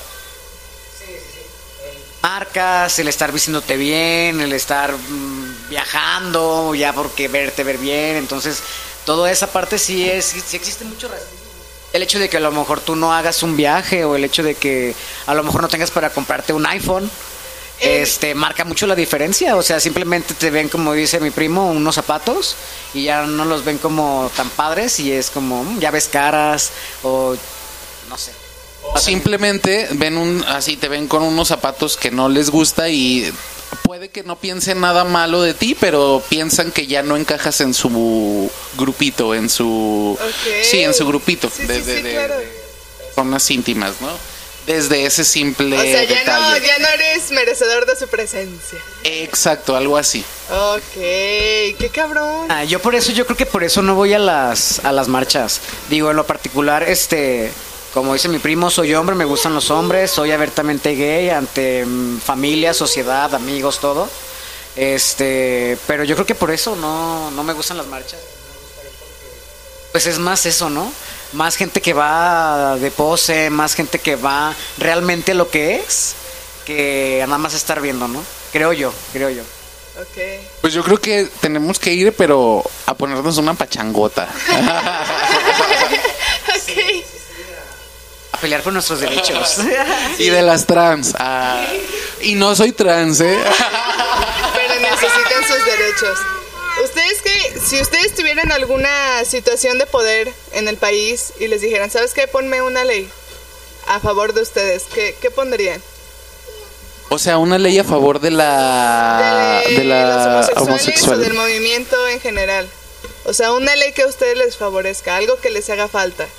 Marcas, el estar vistiéndote bien, el estar mm, viajando, ya porque verte ver bien, entonces toda esa parte sí es, sí existe mucho racismo. El hecho de que a lo mejor tú no hagas un viaje o el hecho de que a lo mejor no tengas para comprarte un iPhone, Eh. este marca mucho la diferencia, o sea, simplemente te ven, como dice mi primo, unos zapatos y ya no los ven como tan padres y es como, mm, ya ves caras o no sé. O simplemente ven un, así te ven con unos zapatos que no les gusta y puede que no piensen nada malo de ti, pero piensan que ya no encajas en su grupito, en su Ok. sí, en su grupito Sí, sí, de, sí, de, de- claro. de personas íntimas, ¿no? Desde ese simple O sea, ya no, detalle. ya no eres merecedor de su presencia. Exacto, algo así. Ok, qué cabrón. Ah, yo por eso, yo creo que por eso no voy a las a las marchas. Digo, en lo particular, este, como dice mi primo, soy hombre, me gustan los hombres, soy abiertamente gay ante mm, familia, sociedad, amigos, todo. Este, pero yo creo que por eso no, no me gustan las marchas. Pues es más eso, ¿no? Más gente que va de pose, más gente que va realmente a lo que es, que nada más estar viendo, ¿no? Creo yo, creo yo. Ok. Pues yo creo que tenemos que ir, pero a ponernos una pachangota. Ok. A pelear por nuestros derechos. Y de las trans. Ah, y no soy trans, ¿eh? Pero necesitan sus derechos. Ustedes que, si ustedes tuvieran alguna situación de poder en el país y les dijeran, ¿sabes qué? Ponme una ley a favor de ustedes, ¿qué, qué pondrían? O sea, una ley a favor de la de, de la los homosexuales o del homosexualidad. movimiento en general. O sea, una ley que a ustedes les favorezca, algo que les haga falta.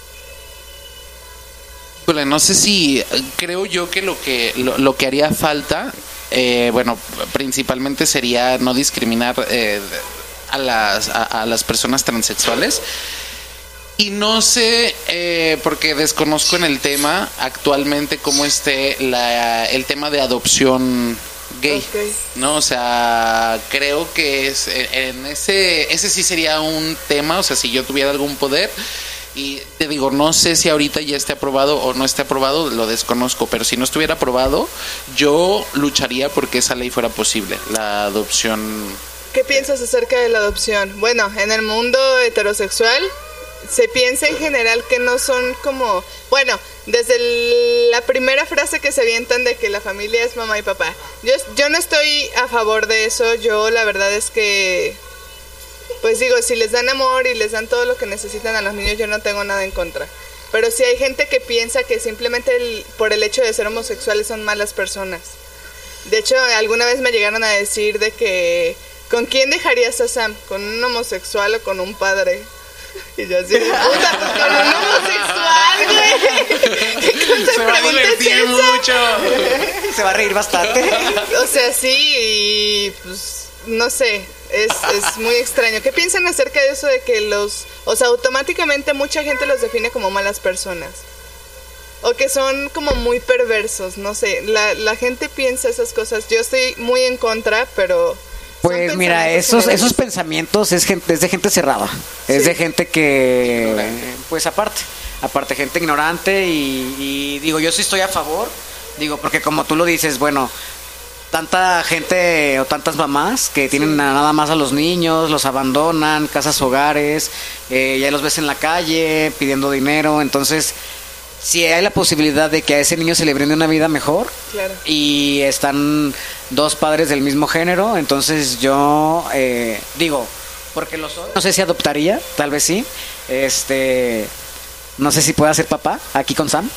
Híjole, no sé si creo yo que lo que lo, lo que haría falta, eh, bueno, principalmente sería no discriminar eh, a las a, a las personas transexuales. Y no sé, eh, porque desconozco en el tema actualmente cómo esté la, el tema de adopción gay, Okay. ¿no? O sea, creo que es en ese ese sí sería un tema, o sea, si yo tuviera algún poder. Y te digo, no sé si ahorita ya esté aprobado o no esté aprobado, lo desconozco, pero si no estuviera aprobado, yo lucharía porque esa ley fuera posible, la adopción. ¿Qué piensas acerca de la adopción? Bueno, en el mundo heterosexual se piensa en general que no son como... Bueno, desde el- la primera frase que se avientan de que la familia es mamá y papá. Yo, yo no estoy a favor de eso, yo la verdad es que... Pues digo, si les dan amor y les dan todo lo que necesitan a los niños, yo no tengo nada en contra. Pero si hay gente que piensa que simplemente el- por el hecho de ser homosexuales son malas personas. De hecho, alguna vez me llegaron a decir de que... ¿Con quién dejarías a Sam? ¿Con un homosexual o con un padre? Y yo así, puta, pues con un homosexual, güey. ¿Qué clase de Se va a pregunta es divertir esa? mucho. Se va a reír bastante. O sea, sí, y pues, no sé, es, es muy extraño. ¿Qué piensan acerca de eso de que los, o sea, automáticamente mucha gente los define como malas personas? O que son como muy perversos, no sé, la, la gente piensa esas cosas. Yo estoy muy en contra, pero... son Pues mira, pensamientos esos generales. esos pensamientos es gente, es de gente cerrada, es Sí. de gente que, Ignorante. pues aparte, aparte gente ignorante y, y digo, yo sí estoy a favor, digo, porque como tú lo dices, bueno, tanta gente o tantas mamás que tienen a- nada más a los niños, los abandonan, casas hogares, eh, ya los ves en la calle pidiendo dinero, entonces si hay la posibilidad de que a ese niño se le brinde una vida mejor, Claro. y están dos padres del mismo género, entonces yo eh, digo, porque lo soy, no sé si adoptaría, tal vez sí, este, no sé si pueda ser papá aquí con Sam.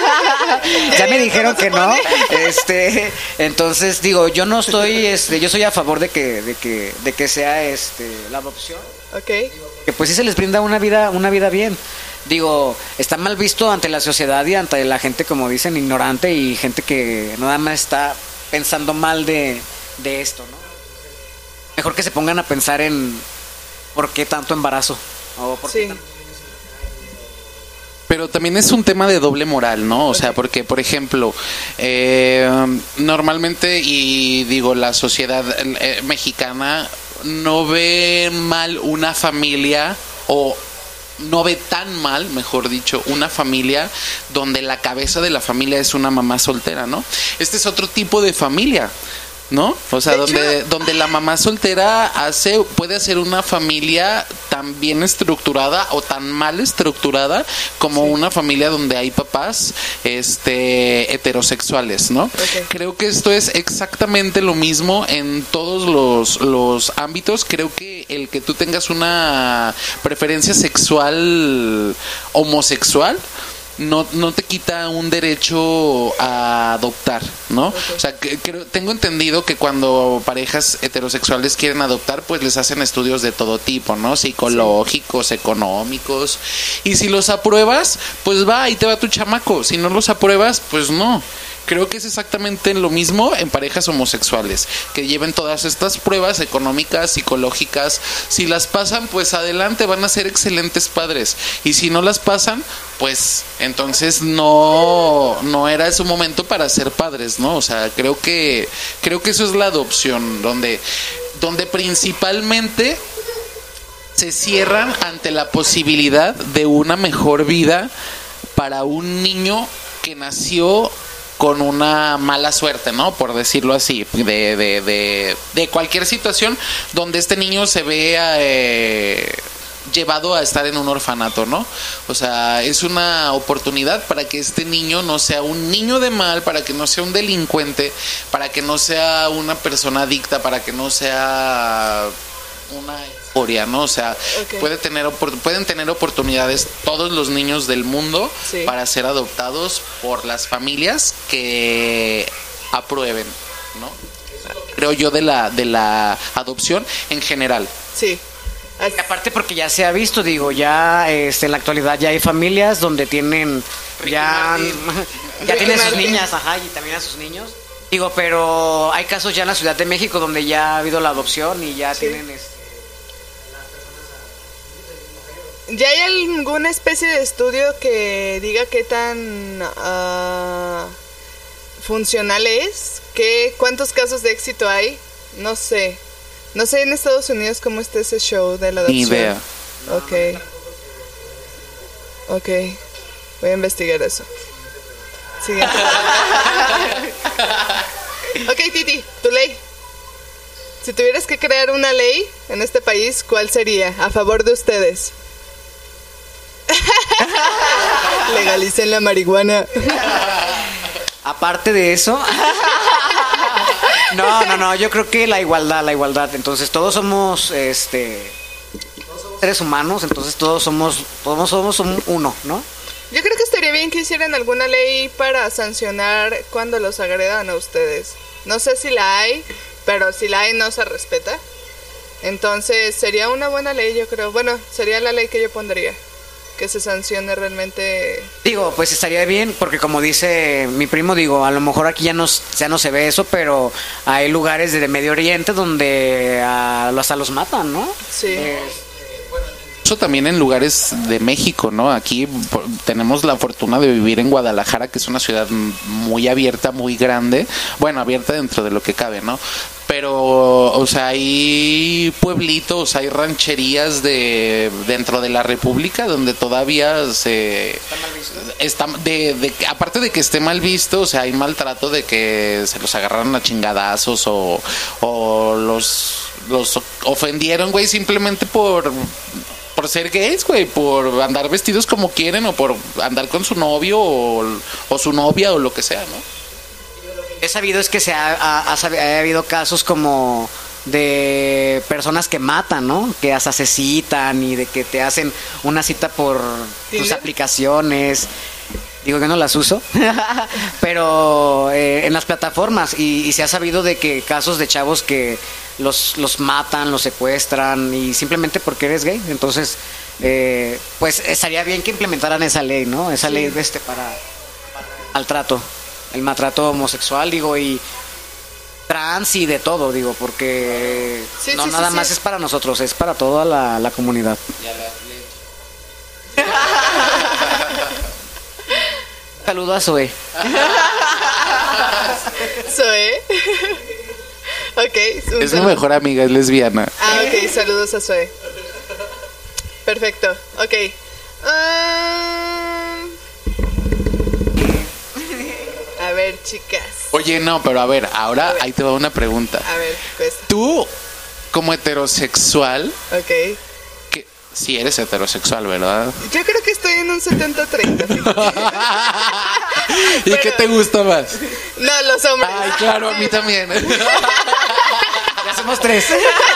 Ya me dijeron que no, este, entonces digo, yo no estoy, este, yo soy a favor de que, de que, de que sea, este, la adopción, Ok. que pues sí se les brinda una vida, una vida bien. Digo, está mal visto ante la sociedad y ante la gente, como dicen, ignorante y gente que nada más está pensando mal de, de esto, ¿no? Mejor que se pongan a pensar en por qué tanto embarazo o por qué Sí. tanto- Pero también es un tema de doble moral, ¿no? O sea, porque, por ejemplo, eh, normalmente, y digo, la sociedad eh, mexicana no ve mal una familia o no ve tan mal, mejor dicho, una familia donde la cabeza de la familia es una mamá soltera, ¿no? Este es otro tipo de familia, ¿no? O sea, De donde, hecho- donde la mamá soltera hace, puede hacer una familia tan bien estructurada o tan mal estructurada como una familia donde hay papás este heterosexuales, ¿no? Ok. Creo que esto es exactamente lo mismo en todos los, los ámbitos. Creo que el que tú tengas una preferencia sexual homosexual no, no te quita un derecho a adoptar, ¿no? O sea, que, creo- tengo entendido que cuando parejas heterosexuales quieren adoptar, pues les hacen estudios de todo tipo, ¿no? Psicológicos, económicos. Y si los apruebas, pues va, ahí te va tu chamaco. Si no los apruebas, pues no. Creo que es exactamente lo mismo en parejas homosexuales, que lleven todas estas pruebas económicas, psicológicas. Si las pasan, pues adelante, van a ser excelentes padres. Y si no las pasan, pues entonces no, no era su momento para ser padres, ¿no? O sea, creo que, creo que eso es la adopción, donde, donde principalmente se cierran ante la posibilidad de una mejor vida para un niño que nació con una mala suerte, ¿no? Por decirlo así, de, de, de, de cualquier situación donde este niño se vea eh, llevado a estar en un orfanato, ¿no? O sea, es una oportunidad para que este niño no sea un niño de mal, para que no sea un delincuente, para que no sea una persona adicta, para que no sea una euforia, ¿no? O sea, Ok. puede tener opor- pueden tener oportunidades todos los niños del mundo Sí. para ser adoptados por las familias que aprueben, ¿no? Creo yo de la de la adopción en general. Sí. Así- Y aparte porque ya se ha visto, digo, ya este, en la actualidad ya hay familias donde tienen ya, ya Ricky tienen sus Martin. niñas, ajá, y también a sus niños. Digo, pero hay casos ya en la Ciudad de México donde ya ha habido la adopción y ya Sí. tienen este, ¿Ya hay alguna especie de estudio que diga qué tan ah, funcional es? ¿Qué, ¿Cuántos casos de éxito hay? No sé. No sé en Estados Unidos cómo está ese show de la adopción. Ni idea. Ok. Ok. Voy a investigar eso. Siguiente. Ok, Titi, tu ley. Si tuvieras que crear una ley en este país, ¿cuál sería? A favor de ustedes. Legalicen la marihuana. Aparte de eso, no, no, no, yo creo que la igualdad, la igualdad. Entonces todos somos, este, todos somos seres humanos, entonces todos somos, todos somos uno, ¿no? Yo creo que estaría bien que hicieran alguna ley para sancionar cuando los agredan a ustedes. No sé si la hay, pero si la hay no se respeta. Entonces sería una buena ley, yo creo. Bueno, sería la ley que yo pondría. Que se sancione realmente. Digo, pues estaría bien, porque como dice mi primo, digo, a lo mejor aquí ya no, ya no se ve eso, pero hay lugares de Medio Oriente donde a, hasta los matan, ¿no? Sí. Eh, Eso también en lugares de México, ¿no? Aquí por, tenemos la fortuna de vivir en Guadalajara, que es una ciudad muy abierta, muy grande. Bueno, abierta dentro de lo que cabe, ¿no? Pero, o sea, hay pueblitos, hay rancherías de dentro de la República donde todavía se... ¿Está mal visto? Está, de, de, aparte de que esté mal visto, o sea, hay maltrato de que se los agarraron a chingadazos o, o los, los ofendieron, güey, simplemente por... por ser gays, güey, por andar vestidos como quieren o por andar con su novio o, o su novia o lo que sea, ¿no? He sabido es que se ha, ha, ha, ha habido casos como de personas que matan, ¿no? Que hasta se citan y de que te hacen una cita por tus aplicaciones. Digo que no las uso, pero eh, en las plataformas y, y se ha sabido de que casos de chavos que los, los matan, los secuestran y simplemente porque eres gay. Entonces, eh, pues estaría bien que implementaran esa ley, ¿no? Esa sí. ley de este para, para el trato, el maltrato homosexual, digo, y trans y de todo, digo, porque sí, no sí, nada sí, más sí. es para nosotros, es para toda la, la comunidad. Ya la Saludo a Zoe. Zoe. Ok. Es mi mejor amiga, es lesbiana. Ah, ok, saludos a Zoe. Perfecto, ok. Um... A ver, chicas. Oye, no, pero a ver, ahora ahí te va una pregunta. A ver, cuesta. Tú, como heterosexual... Ok. Sí, eres heterosexual, ¿verdad? Yo creo que estoy en un setenta treinta. ¿Y pero... qué te gusta más? No, los hombres. Ay, claro, a mí también. Ya somos tres.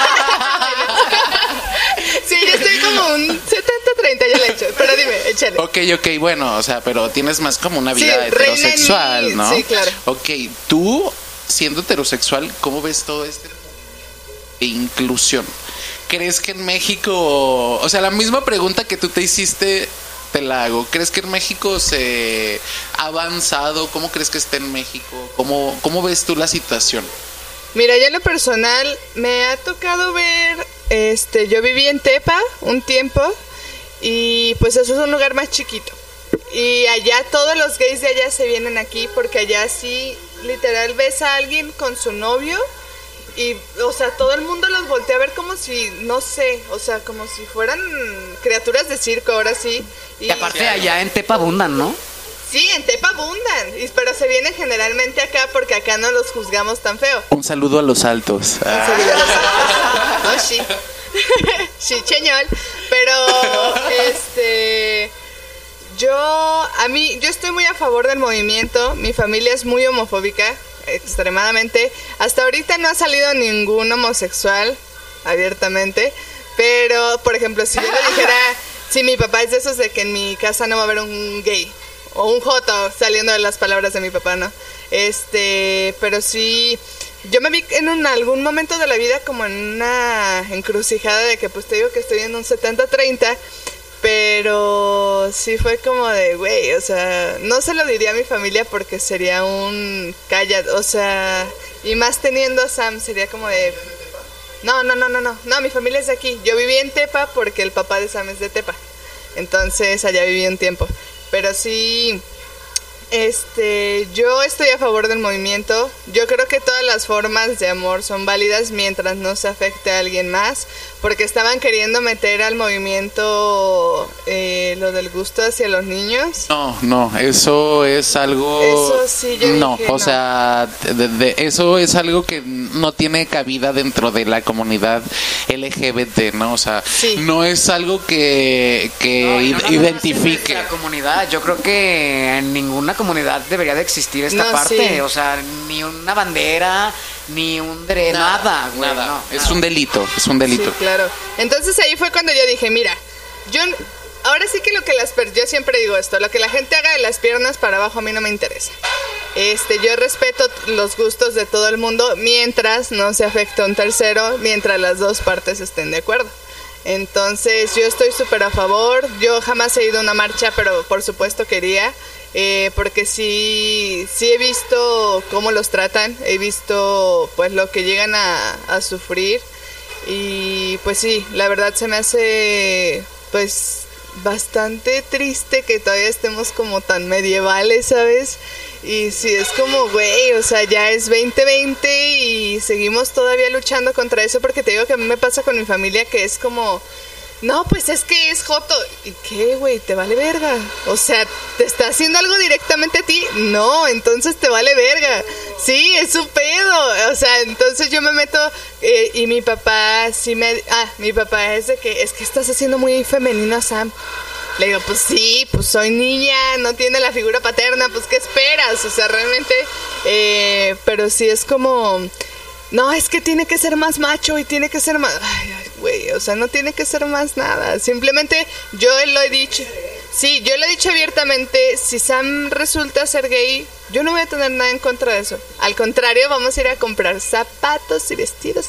Sí, yo estoy como un setenta treinta, ya lo he hecho. Pero dime, échale. Ok, ok, bueno, o sea, pero tienes más como una vida sí, heterosexual, ¿no? Sí, claro. Ok, tú, siendo heterosexual, ¿cómo ves todo este de inclusión? ¿Crees que en México, o sea, la misma pregunta que tú te hiciste, te la hago? ¿Crees que en México se ha avanzado? ¿Cómo crees que está en México? ¿Cómo, cómo ves tú la situación? Mira, yo en lo personal me ha tocado ver, este, yo viví en Tepa un tiempo y pues eso es un lugar más chiquito. Y allá todos los gays de allá se vienen aquí porque allá sí, literal, ves a alguien con su novio. Y, o sea, todo el mundo los voltea a ver como si, no sé, o sea, como si fueran criaturas de circo, ahora sí. Y, y aparte allá en Tepa abundan, ¿no? Sí, en Tepa abundan, y, pero se vienen generalmente acá porque acá no los juzgamos tan feo. Un saludo a los altos. Un saludo a los altos. No, sí. Sí, cheñol. Pero, este... Yo, a mí, yo estoy muy a favor del movimiento. Mi familia es muy homofóbica. Extremadamente. Hasta ahorita no ha salido ningún homosexual abiertamente, pero por ejemplo si yo le dijera, si mi papá es de esos de que en mi casa no va a haber un gay o un joto, saliendo de las palabras de mi papá, ¿no? Este, pero sí, yo me vi en un, algún momento de la vida como en una encrucijada de que pues te digo que estoy en un setenta treinta. Pero sí fue como de, güey, o sea, no se lo diría a mi familia porque sería un calla, o sea, y más teniendo a Sam sería como de, no, no, no, no, no, no, mi familia es de aquí. Yo viví en Tepa porque el papá de Sam es de Tepa, entonces allá viví un tiempo. Pero sí, Este, yo estoy a favor del movimiento. Yo creo que todas las formas de amor son válidas mientras no se afecte a alguien más, porque estaban queriendo meter al movimiento eh, lo del gusto hacia los niños. No, no, eso es algo... Eso sí, yo No, dije, o no. sea, de- de- eso es algo que no tiene cabida dentro de la comunidad L G B T, ¿no? O sea, Sí. no es algo que, que No, y no id- nada más identifique. en nuestra comunidad. Yo creo que en ninguna comunidad debería de existir esta No, parte. sí. O sea, ni una bandera, ni un derecho, nada, güey. Nada, no, es nada. un delito, es un delito. Sí, claro. Entonces ahí fue cuando yo dije, mira, yo n- ahora sí que lo que las per- yo siempre digo esto, lo que la gente haga de las piernas para abajo a mí no me interesa. Este, yo respeto t- los gustos de todo el mundo mientras no se afecte a un tercero, mientras las dos partes estén de acuerdo. Entonces yo estoy súper a favor. Yo jamás he ido a una marcha, pero por supuesto quería. Eh, porque sí, sí he visto cómo los tratan, he visto pues lo que llegan a, a sufrir y pues sí, la verdad se me hace pues bastante triste que todavía estemos como tan medievales, ¿sabes? Y sí, es como, güey, o sea, ya es veinte veinte y seguimos todavía luchando contra eso, porque te digo que a mí me pasa con mi familia que es como... No, pues es que es joto. ¿Y qué, güey? ¿Te vale verga? O sea, ¿te está haciendo algo directamente a ti? No, entonces te vale verga. Sí, es su pedo. O sea, entonces yo me meto eh, y mi papá sí me... Ah, mi papá es de que, es que estás haciendo muy femenino a Sam. Le digo, pues sí, pues soy niña, no tiene la figura paterna, pues ¿qué esperas? O sea, realmente... Eh, pero sí es como... No, es que tiene que ser más macho y tiene que ser más... Ay, ay, güey, o sea, no tiene que ser más nada. Simplemente yo lo he dicho... Sí, yo lo he dicho abiertamente. Si Sam resulta ser gay, yo no voy a tener nada en contra de eso. Al contrario, vamos a ir a comprar zapatos y vestidos.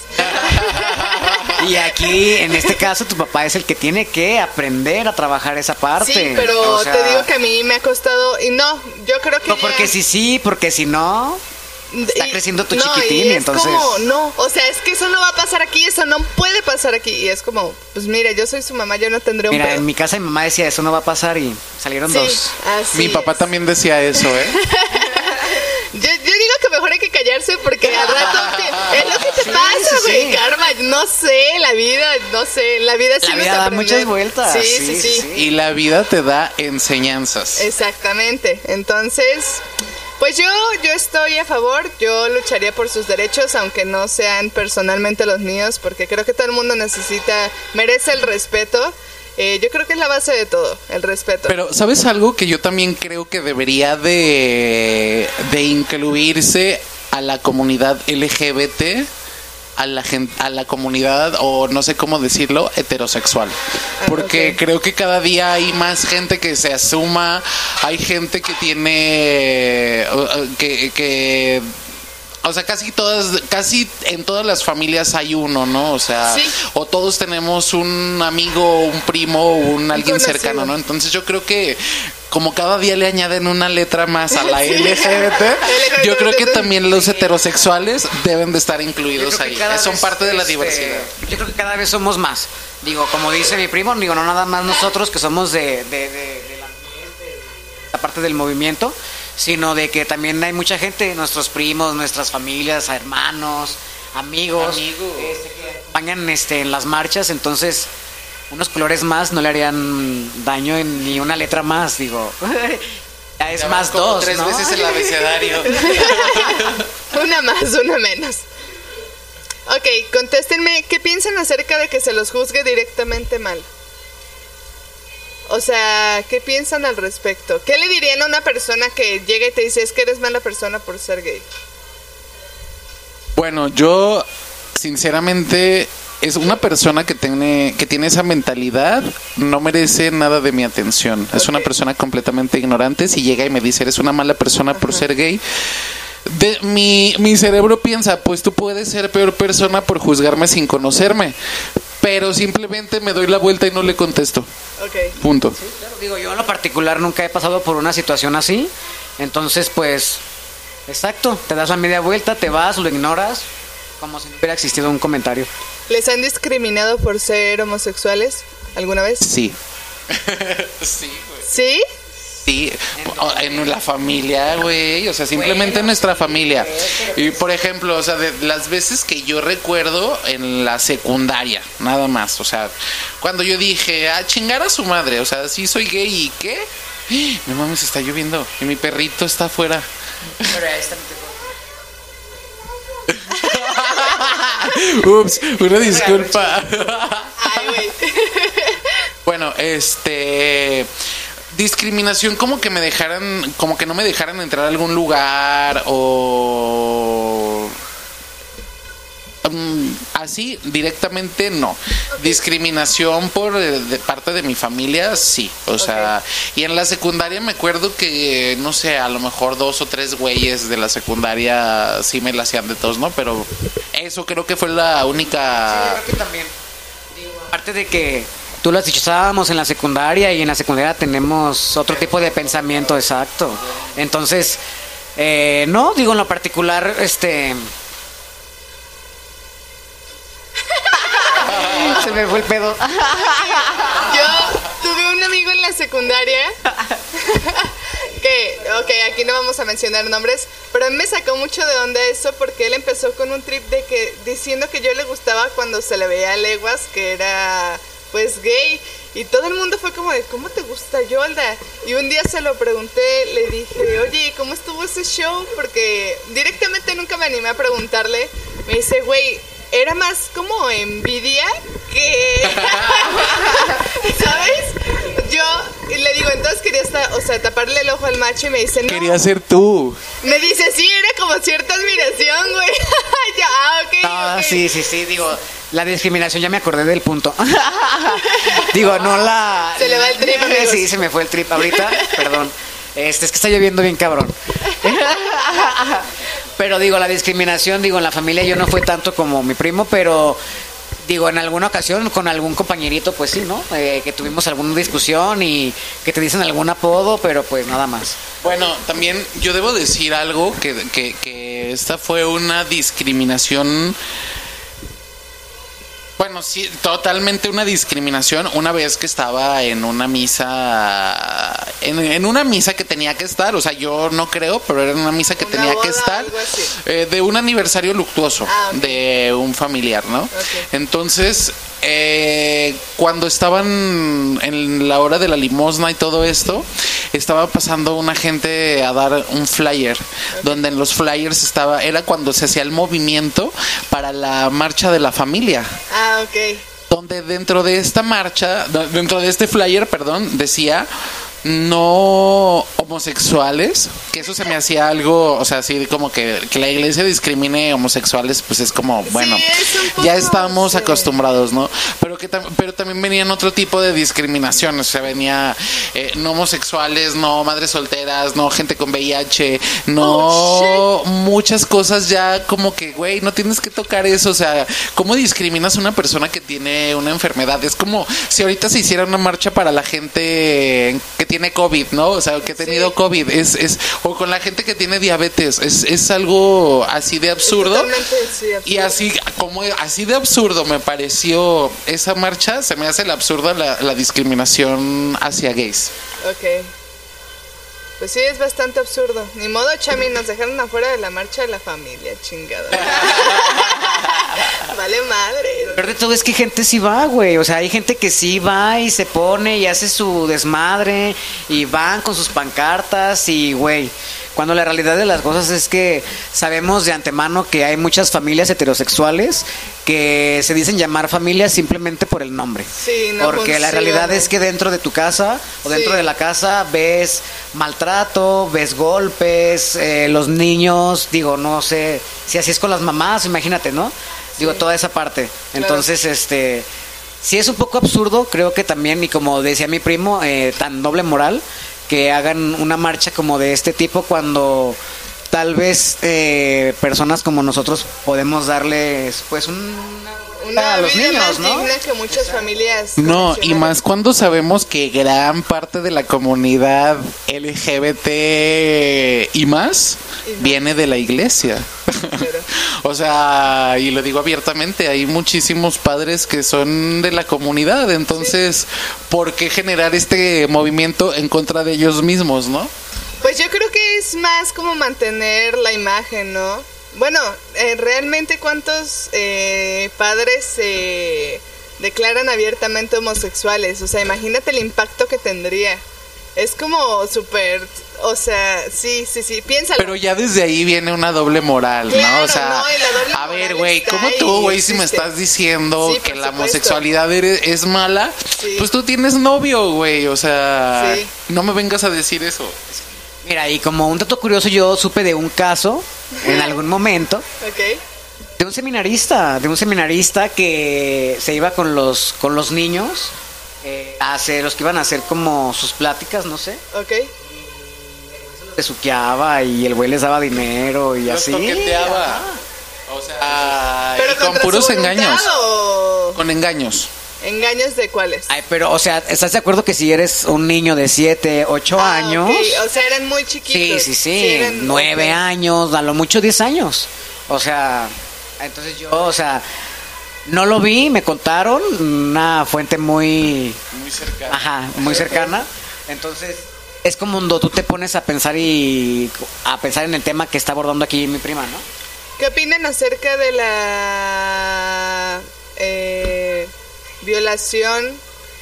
Y aquí, en este caso, tu papá es el que tiene que aprender a trabajar esa parte. Sí, pero O sea, te digo que a mí me ha costado... Y no, yo creo que... No, ya- porque si sí, porque si no... Está Y- creciendo tu no, chiquitín, y es entonces- como, no, o sea, es que eso no va a pasar aquí, eso no puede pasar aquí. Y es como, pues mira, yo soy su mamá, yo no tendré un Mira, pedo. en mi casa mi mamá decía, eso no va a pasar y salieron Sí, dos. así Mi papá es. también decía eso, ¿eh? Yo, yo digo que mejor hay que callarse porque al rato te- es lo que te Sí, pasa, sí, güey, sí. karma, no sé, la vida, no sé, la vida sí La nos vida da aprende. muchas vueltas. Sí, Sí, sí, sí, sí, sí. Y la vida te da enseñanzas. Exactamente. Entonces, pues yo, yo estoy a favor, yo lucharía por sus derechos, aunque no sean personalmente los míos, porque creo que todo el mundo necesita, merece el respeto. Eh, yo creo que es la base de todo, el respeto. Pero, ¿sabes algo que yo también creo que debería de, de incluirse a la comunidad L G B T? A la, gen- a la comunidad, o no sé cómo decirlo, heterosexual. Porque ok. creo que cada día hay más gente que se asuma, hay gente que tiene, uh, uh, que... que o sea, casi todas, casi en todas las familias hay uno, ¿no? O sea, Sí. o todos tenemos un amigo, un primo, un alguien conocido. cercano, ¿no? Entonces yo creo que como cada día le añaden una letra más a la Sí. L G B T, yo creo que también los Sí. heterosexuales deben de estar Yo incluidos creo que ahí. cada Son vez, parte de la este, diversidad. Yo creo que cada vez somos más. Digo, como dice mi primo, digo, no nada más nosotros que somos de, de, de, del ambiente, de la parte del movimiento, sino de que también hay mucha gente, nuestros primos, nuestras familias, hermanos, amigos, Amigos. este, que acompañan este, en las marchas, entonces unos colores más no le harían daño en ni una letra más, digo. Ya es Ya más van como dos, tres ¿no? veces el abecedario. Una más, una menos. Ok, contéstenme, ¿qué piensan acerca de que se los juzgue directamente mal? O sea, ¿qué piensan al respecto? ¿Qué le dirían a una persona que llega y te dice, es que eres mala persona por ser gay? Bueno, yo sinceramente es una persona que tiene que tiene esa mentalidad, no merece nada de mi atención. Es una Ok. persona completamente ignorante. Si llega y me dice, eres una mala persona por ser gay, de, mi, mi cerebro piensa, pues tú puedes ser peor persona por juzgarme sin conocerme. Pero simplemente me doy la vuelta y no le contesto. Ok. Punto. Claro, digo, yo en lo particular nunca he pasado por una situación así, entonces pues, exacto, te das la media vuelta, te vas, lo ignoras, como si no hubiera existido un comentario. ¿Les han discriminado por ser homosexuales alguna vez? Sí. Sí, güey. ¿Sí? Sí, en la familia, güey, o sea, simplemente en nuestra familia. Y por ejemplo, o sea, de las veces que yo recuerdo en la secundaria, nada más, o sea, cuando yo dije, a chingar a su madre, o sea, sí soy gay y ¿qué? Mi mamá se está lloviendo y mi perrito está afuera. Pero ahí está mi Ups, una disculpa. Ay, güey. Bueno, este... discriminación, como que me dejaran, como que no me dejaran entrar a algún lugar o um, así directamente no. Discriminación por de parte de mi familia, sí. O sea, y en la secundaria me acuerdo que no sé, a lo mejor dos o tres güeyes de la secundaria sí me la hacían de todos, ¿no? Pero eso creo que fue la única. Sí, creo que también. Digo, aparte de que tú lo has dicho, estábamos en la secundaria y en la secundaria tenemos otro tipo de pensamiento, exacto. Entonces, eh, no, digo en lo particular, este... Se me fue el pedo. Yo tuve un amigo en la secundaria que, ok, aquí no vamos a mencionar nombres, pero a mí me sacó mucho de onda eso porque él empezó con un trip de que, diciendo que yo le gustaba cuando se le veía a leguas, que era pues gay, y todo el mundo fue como de, ¿cómo te gusta Yolda? Y un día se lo pregunté, le dije, oye, ¿cómo estuvo ese show? Porque directamente nunca me animé a preguntarle. Me dice, güey, era más como envidia que... ¿sabes? Yo le digo, entonces quería estar, o sea, taparle el ojo al macho, y me dice, no. Quería ser tú. Me dice, sí, era como cierta admiración, güey. Ya, ah, ok, Ah, ok. sí, sí, sí, digo, la discriminación, ya me acordé del punto. Digo, no la... Se le va el trip, amigos. Sí, se me fue el trip ahorita, perdón. Este, es que está lloviendo bien cabrón. Pero digo, la discriminación, digo, en la familia yo no fue tanto como mi primo, pero digo, en alguna ocasión con algún compañerito, pues sí, ¿no? Eh, que tuvimos alguna discusión y que te dicen algún apodo, pero pues nada más. Bueno, también yo debo decir algo, que, que, que esta fue una discriminación. Bueno, sí, totalmente una discriminación. Una vez que estaba en una misa, en, en una misa que tenía que estar, o sea, yo no creo, pero era una misa que Una tenía boda, que estar, algo así. eh, de un aniversario luctuoso Ah, ok. de un familiar, ¿no? Ok. Entonces, eh, cuando estaban en la hora de la limosna y todo esto, estaba pasando una gente a dar un flyer, donde en los flyers estaba, era cuando se hacía el movimiento para la marcha de la familia. Ah, ok. Donde dentro de esta marcha, dentro de este flyer, perdón, decía no homosexuales, que eso se me hacía algo, o sea, así como que, que la iglesia discrimine homosexuales, pues es como, bueno, es un poco, ya estamos sí. acostumbrados, ¿no? Pero que tam- pero también venían otro tipo de discriminación, o sea, venía eh, no homosexuales, no madres solteras, no gente con V I H, no Oh, muchas cosas ya como que, güey, no tienes que tocar eso, o sea, ¿cómo discriminas a una persona que tiene una enfermedad? Es como si ahorita se hiciera una marcha para la gente que tiene COVID, ¿no? O sea, que ha tenido Sí. COVID, es, es, o con la gente que tiene diabetes, es, es algo así de absurdo. Totalmente, sí, absurdo. Y así como así de absurdo me pareció esa marcha, se me hace el absurdo la, la discriminación hacia gays. Ok. Pues sí, es bastante absurdo. Ni modo, Chami, nos dejaron afuera de la marcha de la familia, chingada. Vale madre. Lo peor de todo es que gente sí va, güey. O sea, hay gente que sí va y se pone y hace su desmadre y van con sus pancartas y, güey, cuando la realidad de las cosas es que sabemos de antemano que hay muchas familias heterosexuales que se dicen llamar familias simplemente por el nombre. Sí, no Porque la funciona. realidad es que dentro de tu casa o dentro Sí. de la casa ves maltrato, ves golpes, eh, los niños, digo, no sé si así es con las mamás, imagínate, ¿no? Digo, toda esa parte. Entonces, este, sí es un poco absurdo, creo que también, y como decía mi primo, eh, tan noble moral, que hagan una marcha como de este tipo cuando tal vez eh, personas como nosotros podemos darles, pues, un, una a los vida niños, más ¿no? digna que muchas familias. No, y convencionales. más cuando sabemos que gran parte de la comunidad L G B T y más Y más. viene de la iglesia. Claro. O sea, y lo digo abiertamente, hay muchísimos padres que son de la comunidad, entonces, ¿por qué generar este movimiento en contra de ellos mismos, no? Pues yo creo que es más como mantener la imagen, ¿no? Bueno, eh, realmente cuántos eh, padres se declaran abiertamente homosexuales, o sea, imagínate el impacto que tendría. Es como súper, o sea, sí, sí, sí, piénsalo. Pero ya desde ahí viene una doble moral, ¿no? Claro, O sea, no, y la doble a ver, moral güey, está ¿cómo ahí, tú, güey, si me existe. estás diciendo Sí, que por la supuesto. homosexualidad eres- es mala? Sí. Pues tú tienes novio, güey, o sea, Sí. no me vengas a decir eso. Mira, y como un dato curioso, yo supe de un caso en algún momento Ok, de un seminarista, de un seminarista que se iba con los con los niños eh, a hacer, los que iban a hacer como sus pláticas, no sé, ok. se suqueaba y el güey les daba dinero y Los así. toqueteaba. Ajá. O sea, Pero y con contra puros su voluntad, engaños. ¿o Con engaños. engaños de cuáles? Ay, pero, o sea, ¿estás de acuerdo que si eres un niño de siete, ocho Ah, años? ok, o sea, eran muy Sí, chiquitos. sí, sí, eran- nueve ok. años, a lo mucho diez años. O sea, entonces yo, o sea, no lo vi, me contaron, una fuente muy, Muy cercano. ajá, muy cercana. Entonces, es como cuando tú te pones a pensar y a pensar en el tema que está abordando aquí mi prima, ¿no? ¿Qué opinan acerca de la eh, violación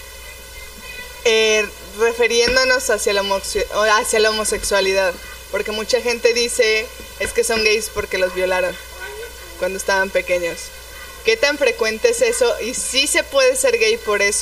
eh, refiriéndonos hacia la, homoxe- o hacia la homosexualidad? Porque mucha gente dice es que son gays porque los violaron cuando estaban pequeños. ¿Qué tan frecuente es eso? ¿Y sí se puede ser gay por eso?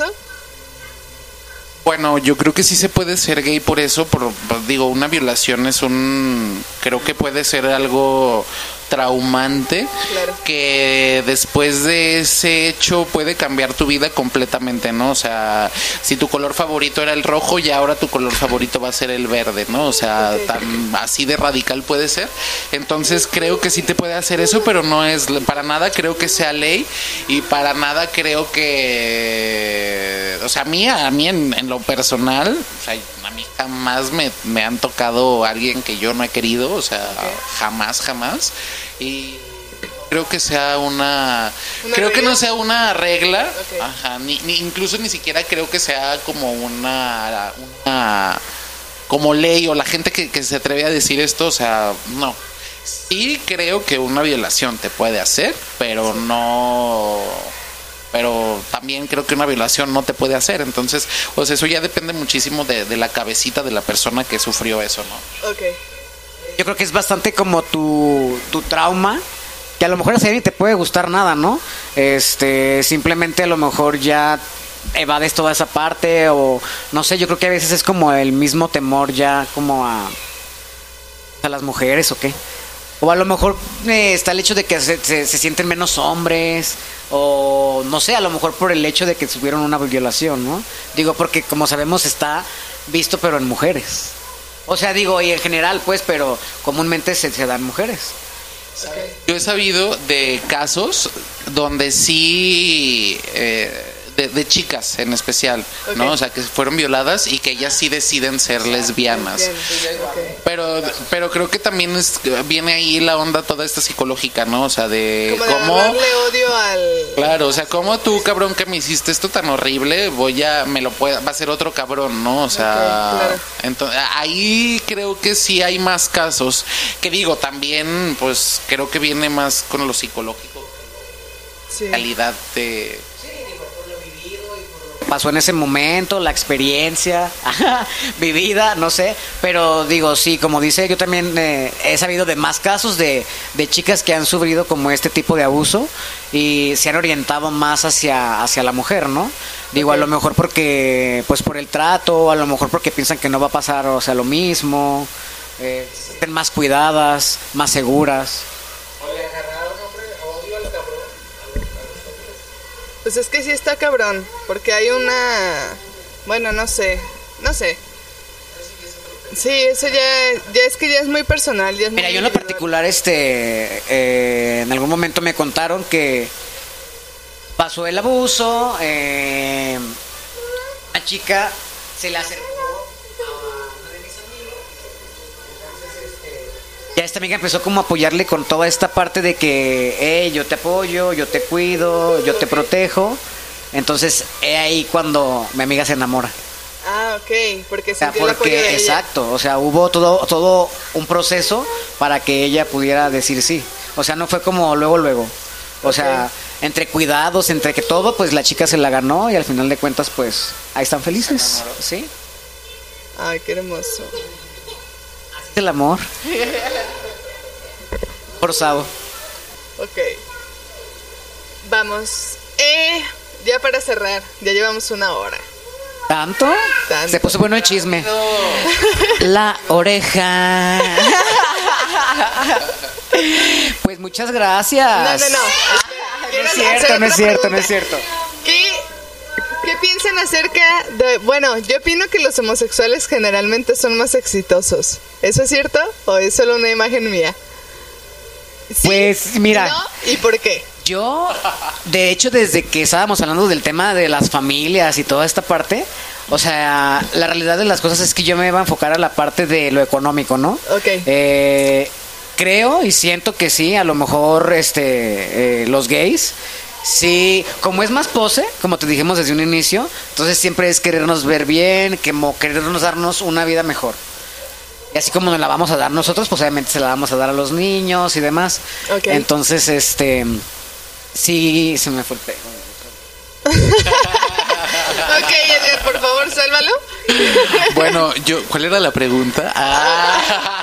Bueno, yo creo que sí se puede ser gay por eso, por, digo, una violación es un, creo que puede ser algo traumante, Claro. que después de ese hecho puede cambiar tu vida completamente, ¿no? O sea, si tu color favorito era el rojo, ya ahora tu color favorito va a ser el verde, ¿no? O sea, Ok. tan así de radical puede ser. Entonces creo que sí te puede hacer eso, pero no es para nada creo que sea ley y para nada creo que, o sea, a mí, a mí en, en lo personal, o sea, a mí jamás me, me han tocado alguien que yo no he querido, o sea, jamás, jamás. Y creo que sea una, ¿Una creo que regla? no sea una regla, Ok. ajá, ni, ni incluso ni siquiera creo que sea como una, una como ley o la gente que, que se atreve a decir esto, o sea, no. Sí creo que una violación te puede hacer, pero no, pero también creo que una violación no te puede hacer, entonces, pues eso ya depende muchísimo de, de la cabecita de la persona que sufrió eso, ¿no? Ok. Yo creo que es bastante como tu, tu trauma, que a lo mejor así ni te puede gustar nada, ¿no? Este, simplemente a lo mejor ya evades toda esa parte o no sé, yo creo que a veces es como el mismo temor ya como a, a las mujeres o qué. O a lo mejor eh, está el hecho de que se, se, se sienten menos hombres o no sé, a lo mejor por el hecho de que tuvieron una violación, ¿no? Digo, porque como sabemos está visto pero en mujeres. O sea, digo, y en general, pues, pero comúnmente se, se dan mujeres. Yo he sabido de casos donde sí, eh, de, de chicas en especial, ¿no? Ok. O sea, que fueron violadas y que ellas sí deciden ser lesbianas. Bien, ok. Pero, pero creo que también es, viene ahí la onda toda esta psicológica, ¿no? O sea, de Como de cómo... darle odio al... Claro, o sea, como tú, cabrón, que me hiciste esto tan horrible, voy a, me lo pueda, va a ser otro cabrón, ¿no? O sea, Ok, claro. entonces, ahí creo que sí hay más casos, que digo, también, pues, creo que viene más con lo psicológico, Sí. calidad de... Pasó en ese momento, la experiencia vivida, no sé. Pero digo, sí, como dice, yo también eh, he sabido de más casos de, de chicas que han sufrido como este tipo de abuso y se han orientado más hacia, hacia la mujer, ¿no? Digo, Ok. a lo mejor porque, pues por el trato, a lo mejor porque piensan que no va a pasar, o sea, lo mismo, eh, se sienten más cuidadas, más seguras. Pues es que sí está cabrón, porque hay una... Bueno, no sé, no sé. Sí, eso ya, ya es que ya es muy personal. Ya es Mira, muy yo en lo individual. particular, este, eh, en algún momento me contaron que pasó el abuso, eh, la chica se le acercó a uno de mis amigos, entonces este, ya esta amiga empezó como a apoyarle con toda esta parte de que, hey, yo te apoyo, yo te cuido, yo te protejo. Entonces, es ahí cuando mi amiga se enamora. Ah, ok, porque O sea, sintió el apoyo porque, de ella. exacto, o sea, hubo todo, todo un proceso para que ella pudiera decir sí. O sea, no fue como luego, luego. O sea, entre cuidados, entre que todo, pues la chica se la ganó y al final de cuentas, pues, ahí están felices. ¿Sí? Ay, qué hermoso. Es el amor. Forzado. Ok. Vamos. Eh, ya para cerrar, ya llevamos una hora. ¿Tanto? Tanto. Se puso bueno el chisme. La oreja. Pues muchas gracias. No, no, no. No es cierto, no es cierto, no es cierto. ¿Qué, ¿Qué piensan acerca de...? Bueno, yo opino que los homosexuales generalmente son más exitosos. ¿Eso es cierto o es solo una imagen mía? ¿Sí? Pues mira, ¿No? ¿Y por qué? yo, de hecho, desde que estábamos hablando del tema de las familias y toda esta parte, o sea, la realidad de las cosas es que yo me iba a enfocar a la parte de lo económico, ¿no? Ok. Eh, creo y siento que sí, a lo mejor este, eh, los gays, sí, como es más pose, como te dijimos desde un inicio, entonces siempre es querernos ver bien, como querernos darnos una vida mejor. Y así como nos la vamos a dar nosotros, pues obviamente se la vamos a dar a los niños y demás. Ok. Entonces, este, sí, se me fue el pego. Ok, Edgar, por favor, sálvalo. Bueno, yo, ¿cuál era la pregunta? Ah.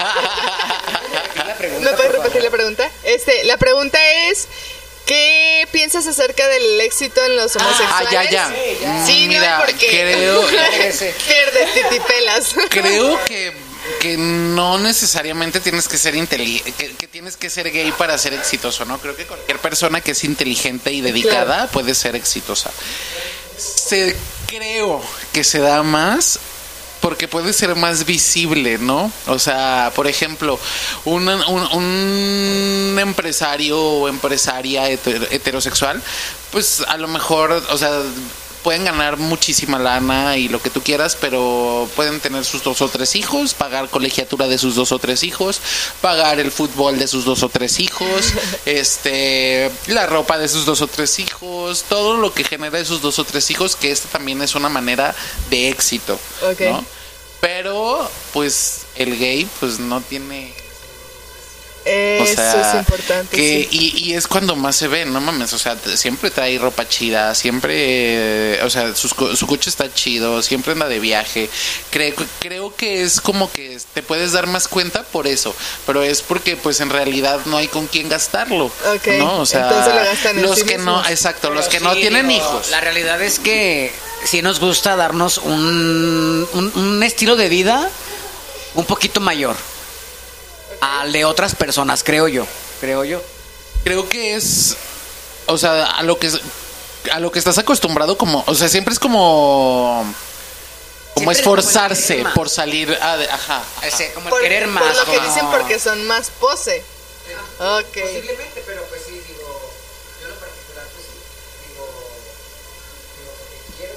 ¿Me puedes repetir la pregunta? Este, la pregunta es... ¿Qué piensas acerca del éxito en los homosexuales? Ah, ya, ya. Sí, ya. Sí, Mira, no, porque... creo- Pierdes titipelas. Creo que, que no necesariamente tienes que ser inteligente, que, que tienes que ser gay para ser exitoso, ¿no? Creo que cualquier persona que es inteligente y dedicada Claro. puede ser exitosa. Se, creo que se da más porque puede ser más visible, ¿no? O sea, por ejemplo, un, un, un empresario o empresaria heter- heterosexual, pues a lo mejor, o sea, pueden ganar muchísima lana y lo que tú quieras, pero pueden tener sus dos o tres hijos, pagar colegiatura de sus dos o tres hijos, pagar el fútbol de sus dos o tres hijos, este, la ropa de sus dos o tres hijos, todo lo que genera de sus dos o tres hijos, que esta también es una manera de éxito, Ok. ¿no? Pero, pues, el gay, pues, no tiene... Eso O sea, es importante. que, sí. y, y es cuando más se ve, no mames, o sea, t- siempre trae ropa chida, siempre, eh, o sea, sus co- su coche está chido, siempre anda de viaje. Creo, creo que es como que te puedes dar más cuenta por eso, pero es porque pues en realidad no hay con quién gastarlo, Ok, ¿no? O sea, entonces lo gastan en los sí que no, mismos. exacto, los que Pero no sí, tienen digo, hijos. La realidad es que sí nos gusta darnos un, un, un estilo de vida un poquito mayor al de otras personas, creo yo, creo yo. Creo que es, o sea, a lo que es- a lo que estás acostumbrado como, o sea, siempre es como como Siempre es esforzarse como el querer por salir a de- ajá. ajá. Ese, como el Por, querer más. por lo que como- dicen, porque son más pose. Ok. Posiblemente, pero pues sí, digo, yo en lo particular, pues sí, digo, digo, porque quiero,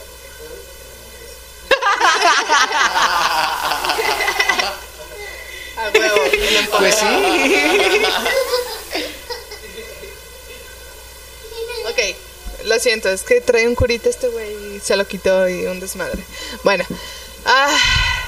porque puedo, porque me lo merezco. A huevo. el empoderado. Pues sí. Ok, lo siento, es que trae un curita este güey y se lo quitó y un desmadre. Bueno, ah,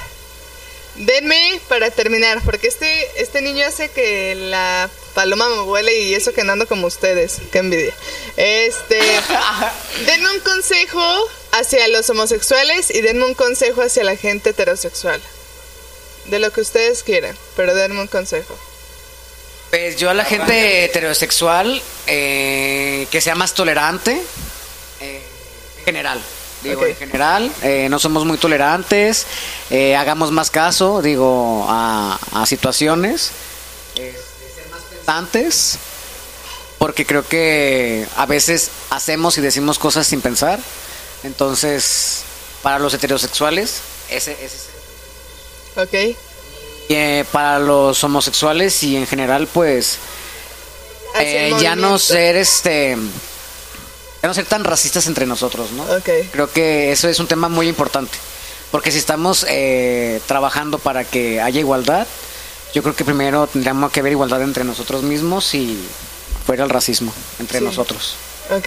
denme para terminar, porque este, este niño hace que la paloma me huele y eso que no ando como ustedes, qué envidia. Este, denme un consejo hacia los homosexuales y denme un consejo hacia la gente heterosexual. De lo que ustedes quieran, pero denme un consejo. Pues yo a la gente heterosexual eh, que sea más tolerante, eh, en general, digo, Ok. en general, eh, no somos muy tolerantes, eh, hagamos más caso, digo, a, a situaciones, eh, ser más pensantes, porque creo que a veces hacemos y decimos cosas sin pensar, entonces, para los heterosexuales, ese, ese es el... Ok. Y, eh, para los homosexuales y en general, pues, Hacia el eh, ya no movimiento. ser este ya no ser tan racistas entre nosotros, ¿no? Ok. Creo que eso es un tema muy importante. Porque si estamos eh, trabajando para que haya igualdad, yo creo que primero tendríamos que haber igualdad entre nosotros mismos y fuera el racismo entre Sí. nosotros. Ok.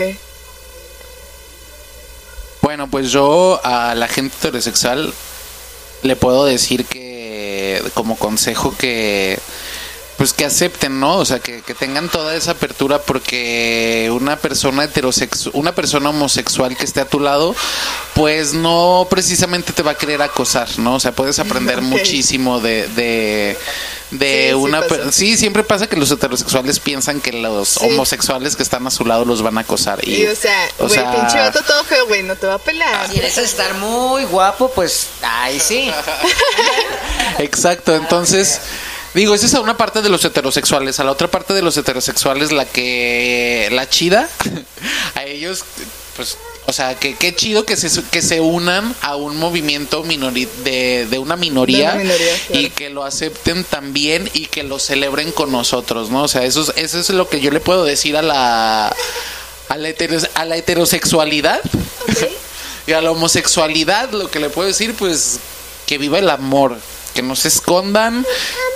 Bueno, pues yo a la gente heterosexual le puedo decir que como consejo que pues que acepten, ¿no? O sea, que, que tengan toda esa apertura, porque una persona heterosexual, una persona homosexual que esté a tu lado, pues no precisamente te va a querer acosar, ¿no? O sea, puedes aprender Ok. muchísimo de de, de Sí, sí una pasa. per- sí, siempre pasa que los heterosexuales piensan que los Sí. homosexuales que están a su lado los van a acosar y, Y o sea, o güey, sea, pinche vato todo feo, güey, no te va a pelar. Si quieres estar muy guapo, pues ahí sí. exacto, entonces digo, esa es una parte de los heterosexuales. A la otra parte de los heterosexuales, la que la chida, a ellos, pues, o sea, que qué chido que se que se unan a un movimiento minori de, de una minoría, De una minoría, claro. y que lo acepten también y que lo celebren con nosotros, ¿no? O sea, eso es, eso es lo que yo le puedo decir a la a la, heteros- a la heterosexualidad. Y a la homosexualidad lo que le puedo decir, pues, que viva el amor, que no se escondan,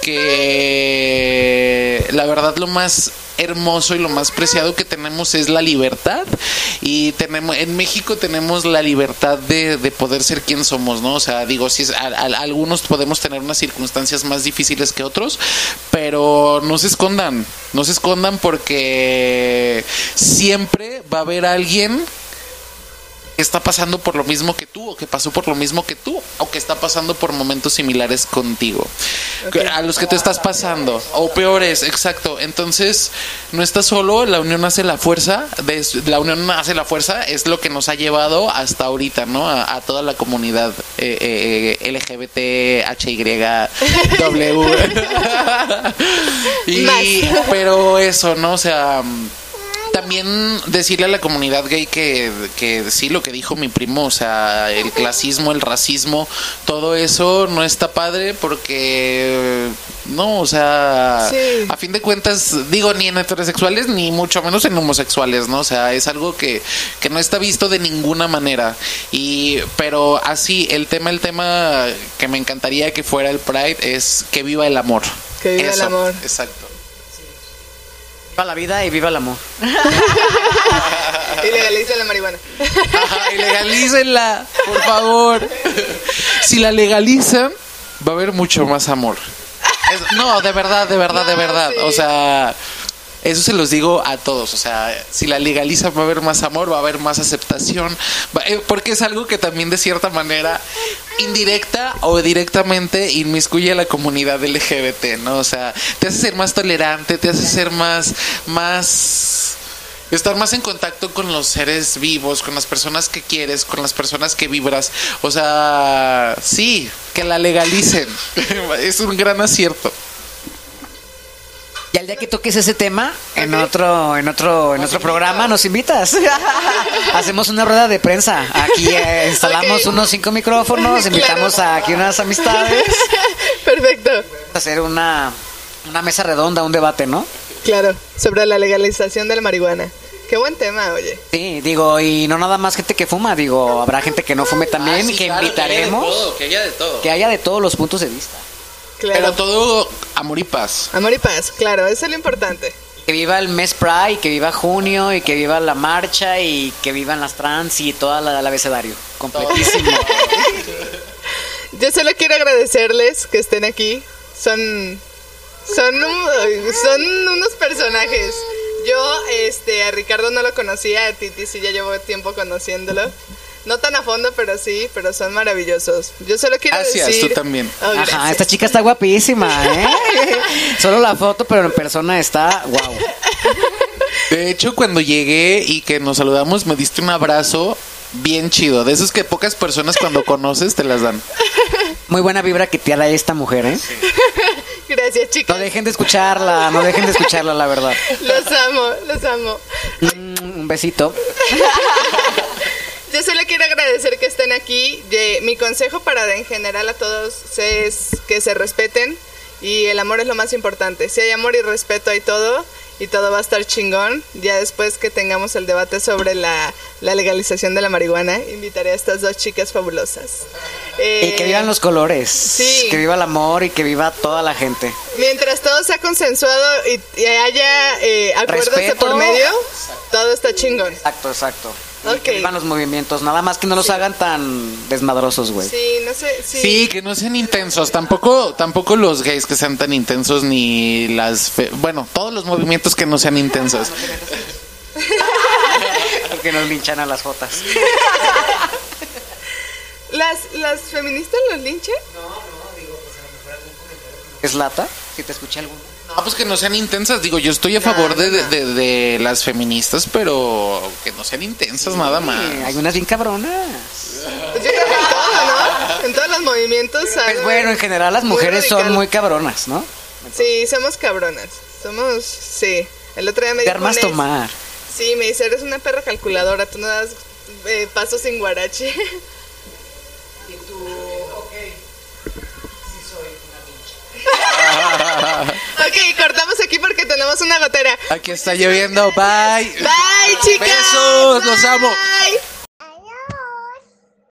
que la verdad lo más hermoso y lo más preciado que tenemos es la libertad, y tenemos en México tenemos la libertad de, de poder ser quien somos, ¿no? O sea, digo, si es, a, a- algunos podemos tener unas circunstancias más difíciles que otros, pero no se escondan, no se escondan, porque siempre va a haber alguien que está pasando por lo mismo que tú, o que pasó por lo mismo que tú, o que está pasando por momentos similares contigo, Ok. a los que tú estás pasando, o peores, exacto. Entonces, no estás solo, la unión hace la fuerza, de, la unión hace la fuerza, es lo que nos ha llevado hasta ahorita, ¿no? A, a toda la comunidad eh, eh, L G B T, H Y, W. y, Más. pero eso, ¿no? O sea, también decirle a la comunidad gay que, que sí, lo que dijo mi primo, o sea, el clasismo, el racismo, todo eso no está padre, porque no, o sea, Sí. a fin de cuentas, digo, ni en heterosexuales ni mucho menos en homosexuales, ¿no? O sea, es algo que, que no está visto de ninguna manera. Y pero así, el tema, el tema que me encantaría que fuera el Pride es que viva el amor. Que viva el amor. Exacto. Viva la vida y viva el amor. Y legaliza la marihuana. Ajá, y legalícenla, por favor. Si la legalizan, va a haber mucho más amor. Es- no, de verdad, de verdad, de No, verdad. sí. O sea, eso se los digo a todos. O sea, si la legalizan, va a haber más amor, va a haber más aceptación. Va- eh, porque es algo que también, de cierta manera, indirecta o directamente, inmiscuye a la comunidad L G B T, ¿no? O sea, te hace ser más tolerante, te hace ser más, más, estar más en contacto con los seres vivos, con las personas que quieres, con las personas que vibras. O sea, sí, que la legalicen. Es un gran acierto. Y al día que toques ese tema, en Ok. otro, en otro, en otro programa, nos invitas. Hacemos una rueda de prensa. Aquí eh, instalamos Ok. unos cinco micrófonos, invitamos Claro. a aquí unas amistades. Perfecto. Hacer una, una mesa redonda, un debate, ¿no? Claro, sobre la legalización de la marihuana. Qué buen tema, oye. Sí, digo, y no nada más gente que fuma, digo, habrá gente que no fume también, Ah, sí, que claro, invitaremos, que haya de todo. que haya de todos los puntos de vista. Claro. Pero todo amor y paz. Amor y paz, claro, eso es lo importante. Que viva el mes Pride, y que viva junio, y que viva la marcha, y que vivan las trans y toda la, el abecedario. Completísimo. Yo solo quiero agradecerles que estén aquí. Son son un- son unos personajes. Yo este a Ricardo no lo conocía, a Titi sí ya llevo tiempo conociéndolo. No tan a fondo, pero sí, pero son maravillosos. Yo solo quiero Gracias, decir... tú también. Oh, Ajá, gracias. esta chica está guapísima, ¿eh? Solo la foto, pero en persona está wow. De hecho, cuando llegué y que nos saludamos, me diste un abrazo bien chido. De esos que pocas personas cuando conoces te las dan. Muy buena vibra que te da esta mujer, ¿eh? Gracias, No chicos. dejen de escucharla, no dejen de escucharla, la verdad. Los amo, los amo. Mm, un besito. Yo solo quiero agradecer que estén aquí. De- mi consejo para en general a todos es que se respeten y el amor es lo más importante. Si hay amor y respeto hay todo y todo va a estar chingón. Ya después que tengamos el debate sobre la, la legalización de la marihuana, invitaré a estas dos chicas fabulosas. Eh, y que vivan los colores, sí. Que viva el amor y que viva toda la gente. Mientras todo sea consensuado y, y haya eh, acuerdos Respeto. de por medio, todo está chingón. Exacto, exacto. Okay. Que vivan los movimientos, nada más que no los sí. hagan tan desmadrosos, güey. Sí, no sé. Sí. sí, que no sean intensos. Tampoco, tampoco los gays que sean tan intensos, ni las. Fe... Bueno, todos los movimientos que no sean intensos. Porque nos linchan a las jotas. ¿Las, ¿Las feministas los linchan? No, no, digo, pues a lo mejor algún comentario. ¿Es lata? Si te escuché alguno. No, pues que no sean intensas. Digo, yo estoy a favor de, de, de, de las feministas, pero que no sean intensas, sí, nada más. Hay unas bien cabronas. Pues yo creo que en todo, ¿no? En todos los movimientos. Pues bueno, en general las mujeres muy son muy cabronas, ¿no? Sí, somos cabronas. Somos, sí. El otro día me dijo... ¿Qué armas tomar? Sí, me dice, eres una perra calculadora, tú no das eh, pasos sin guarache. Y tú, ok, sí soy una pinche. Ok, cortamos aquí porque tenemos una gotera. Aquí está lloviendo, bye. Bye, chicas. Besos, los amo. Bye.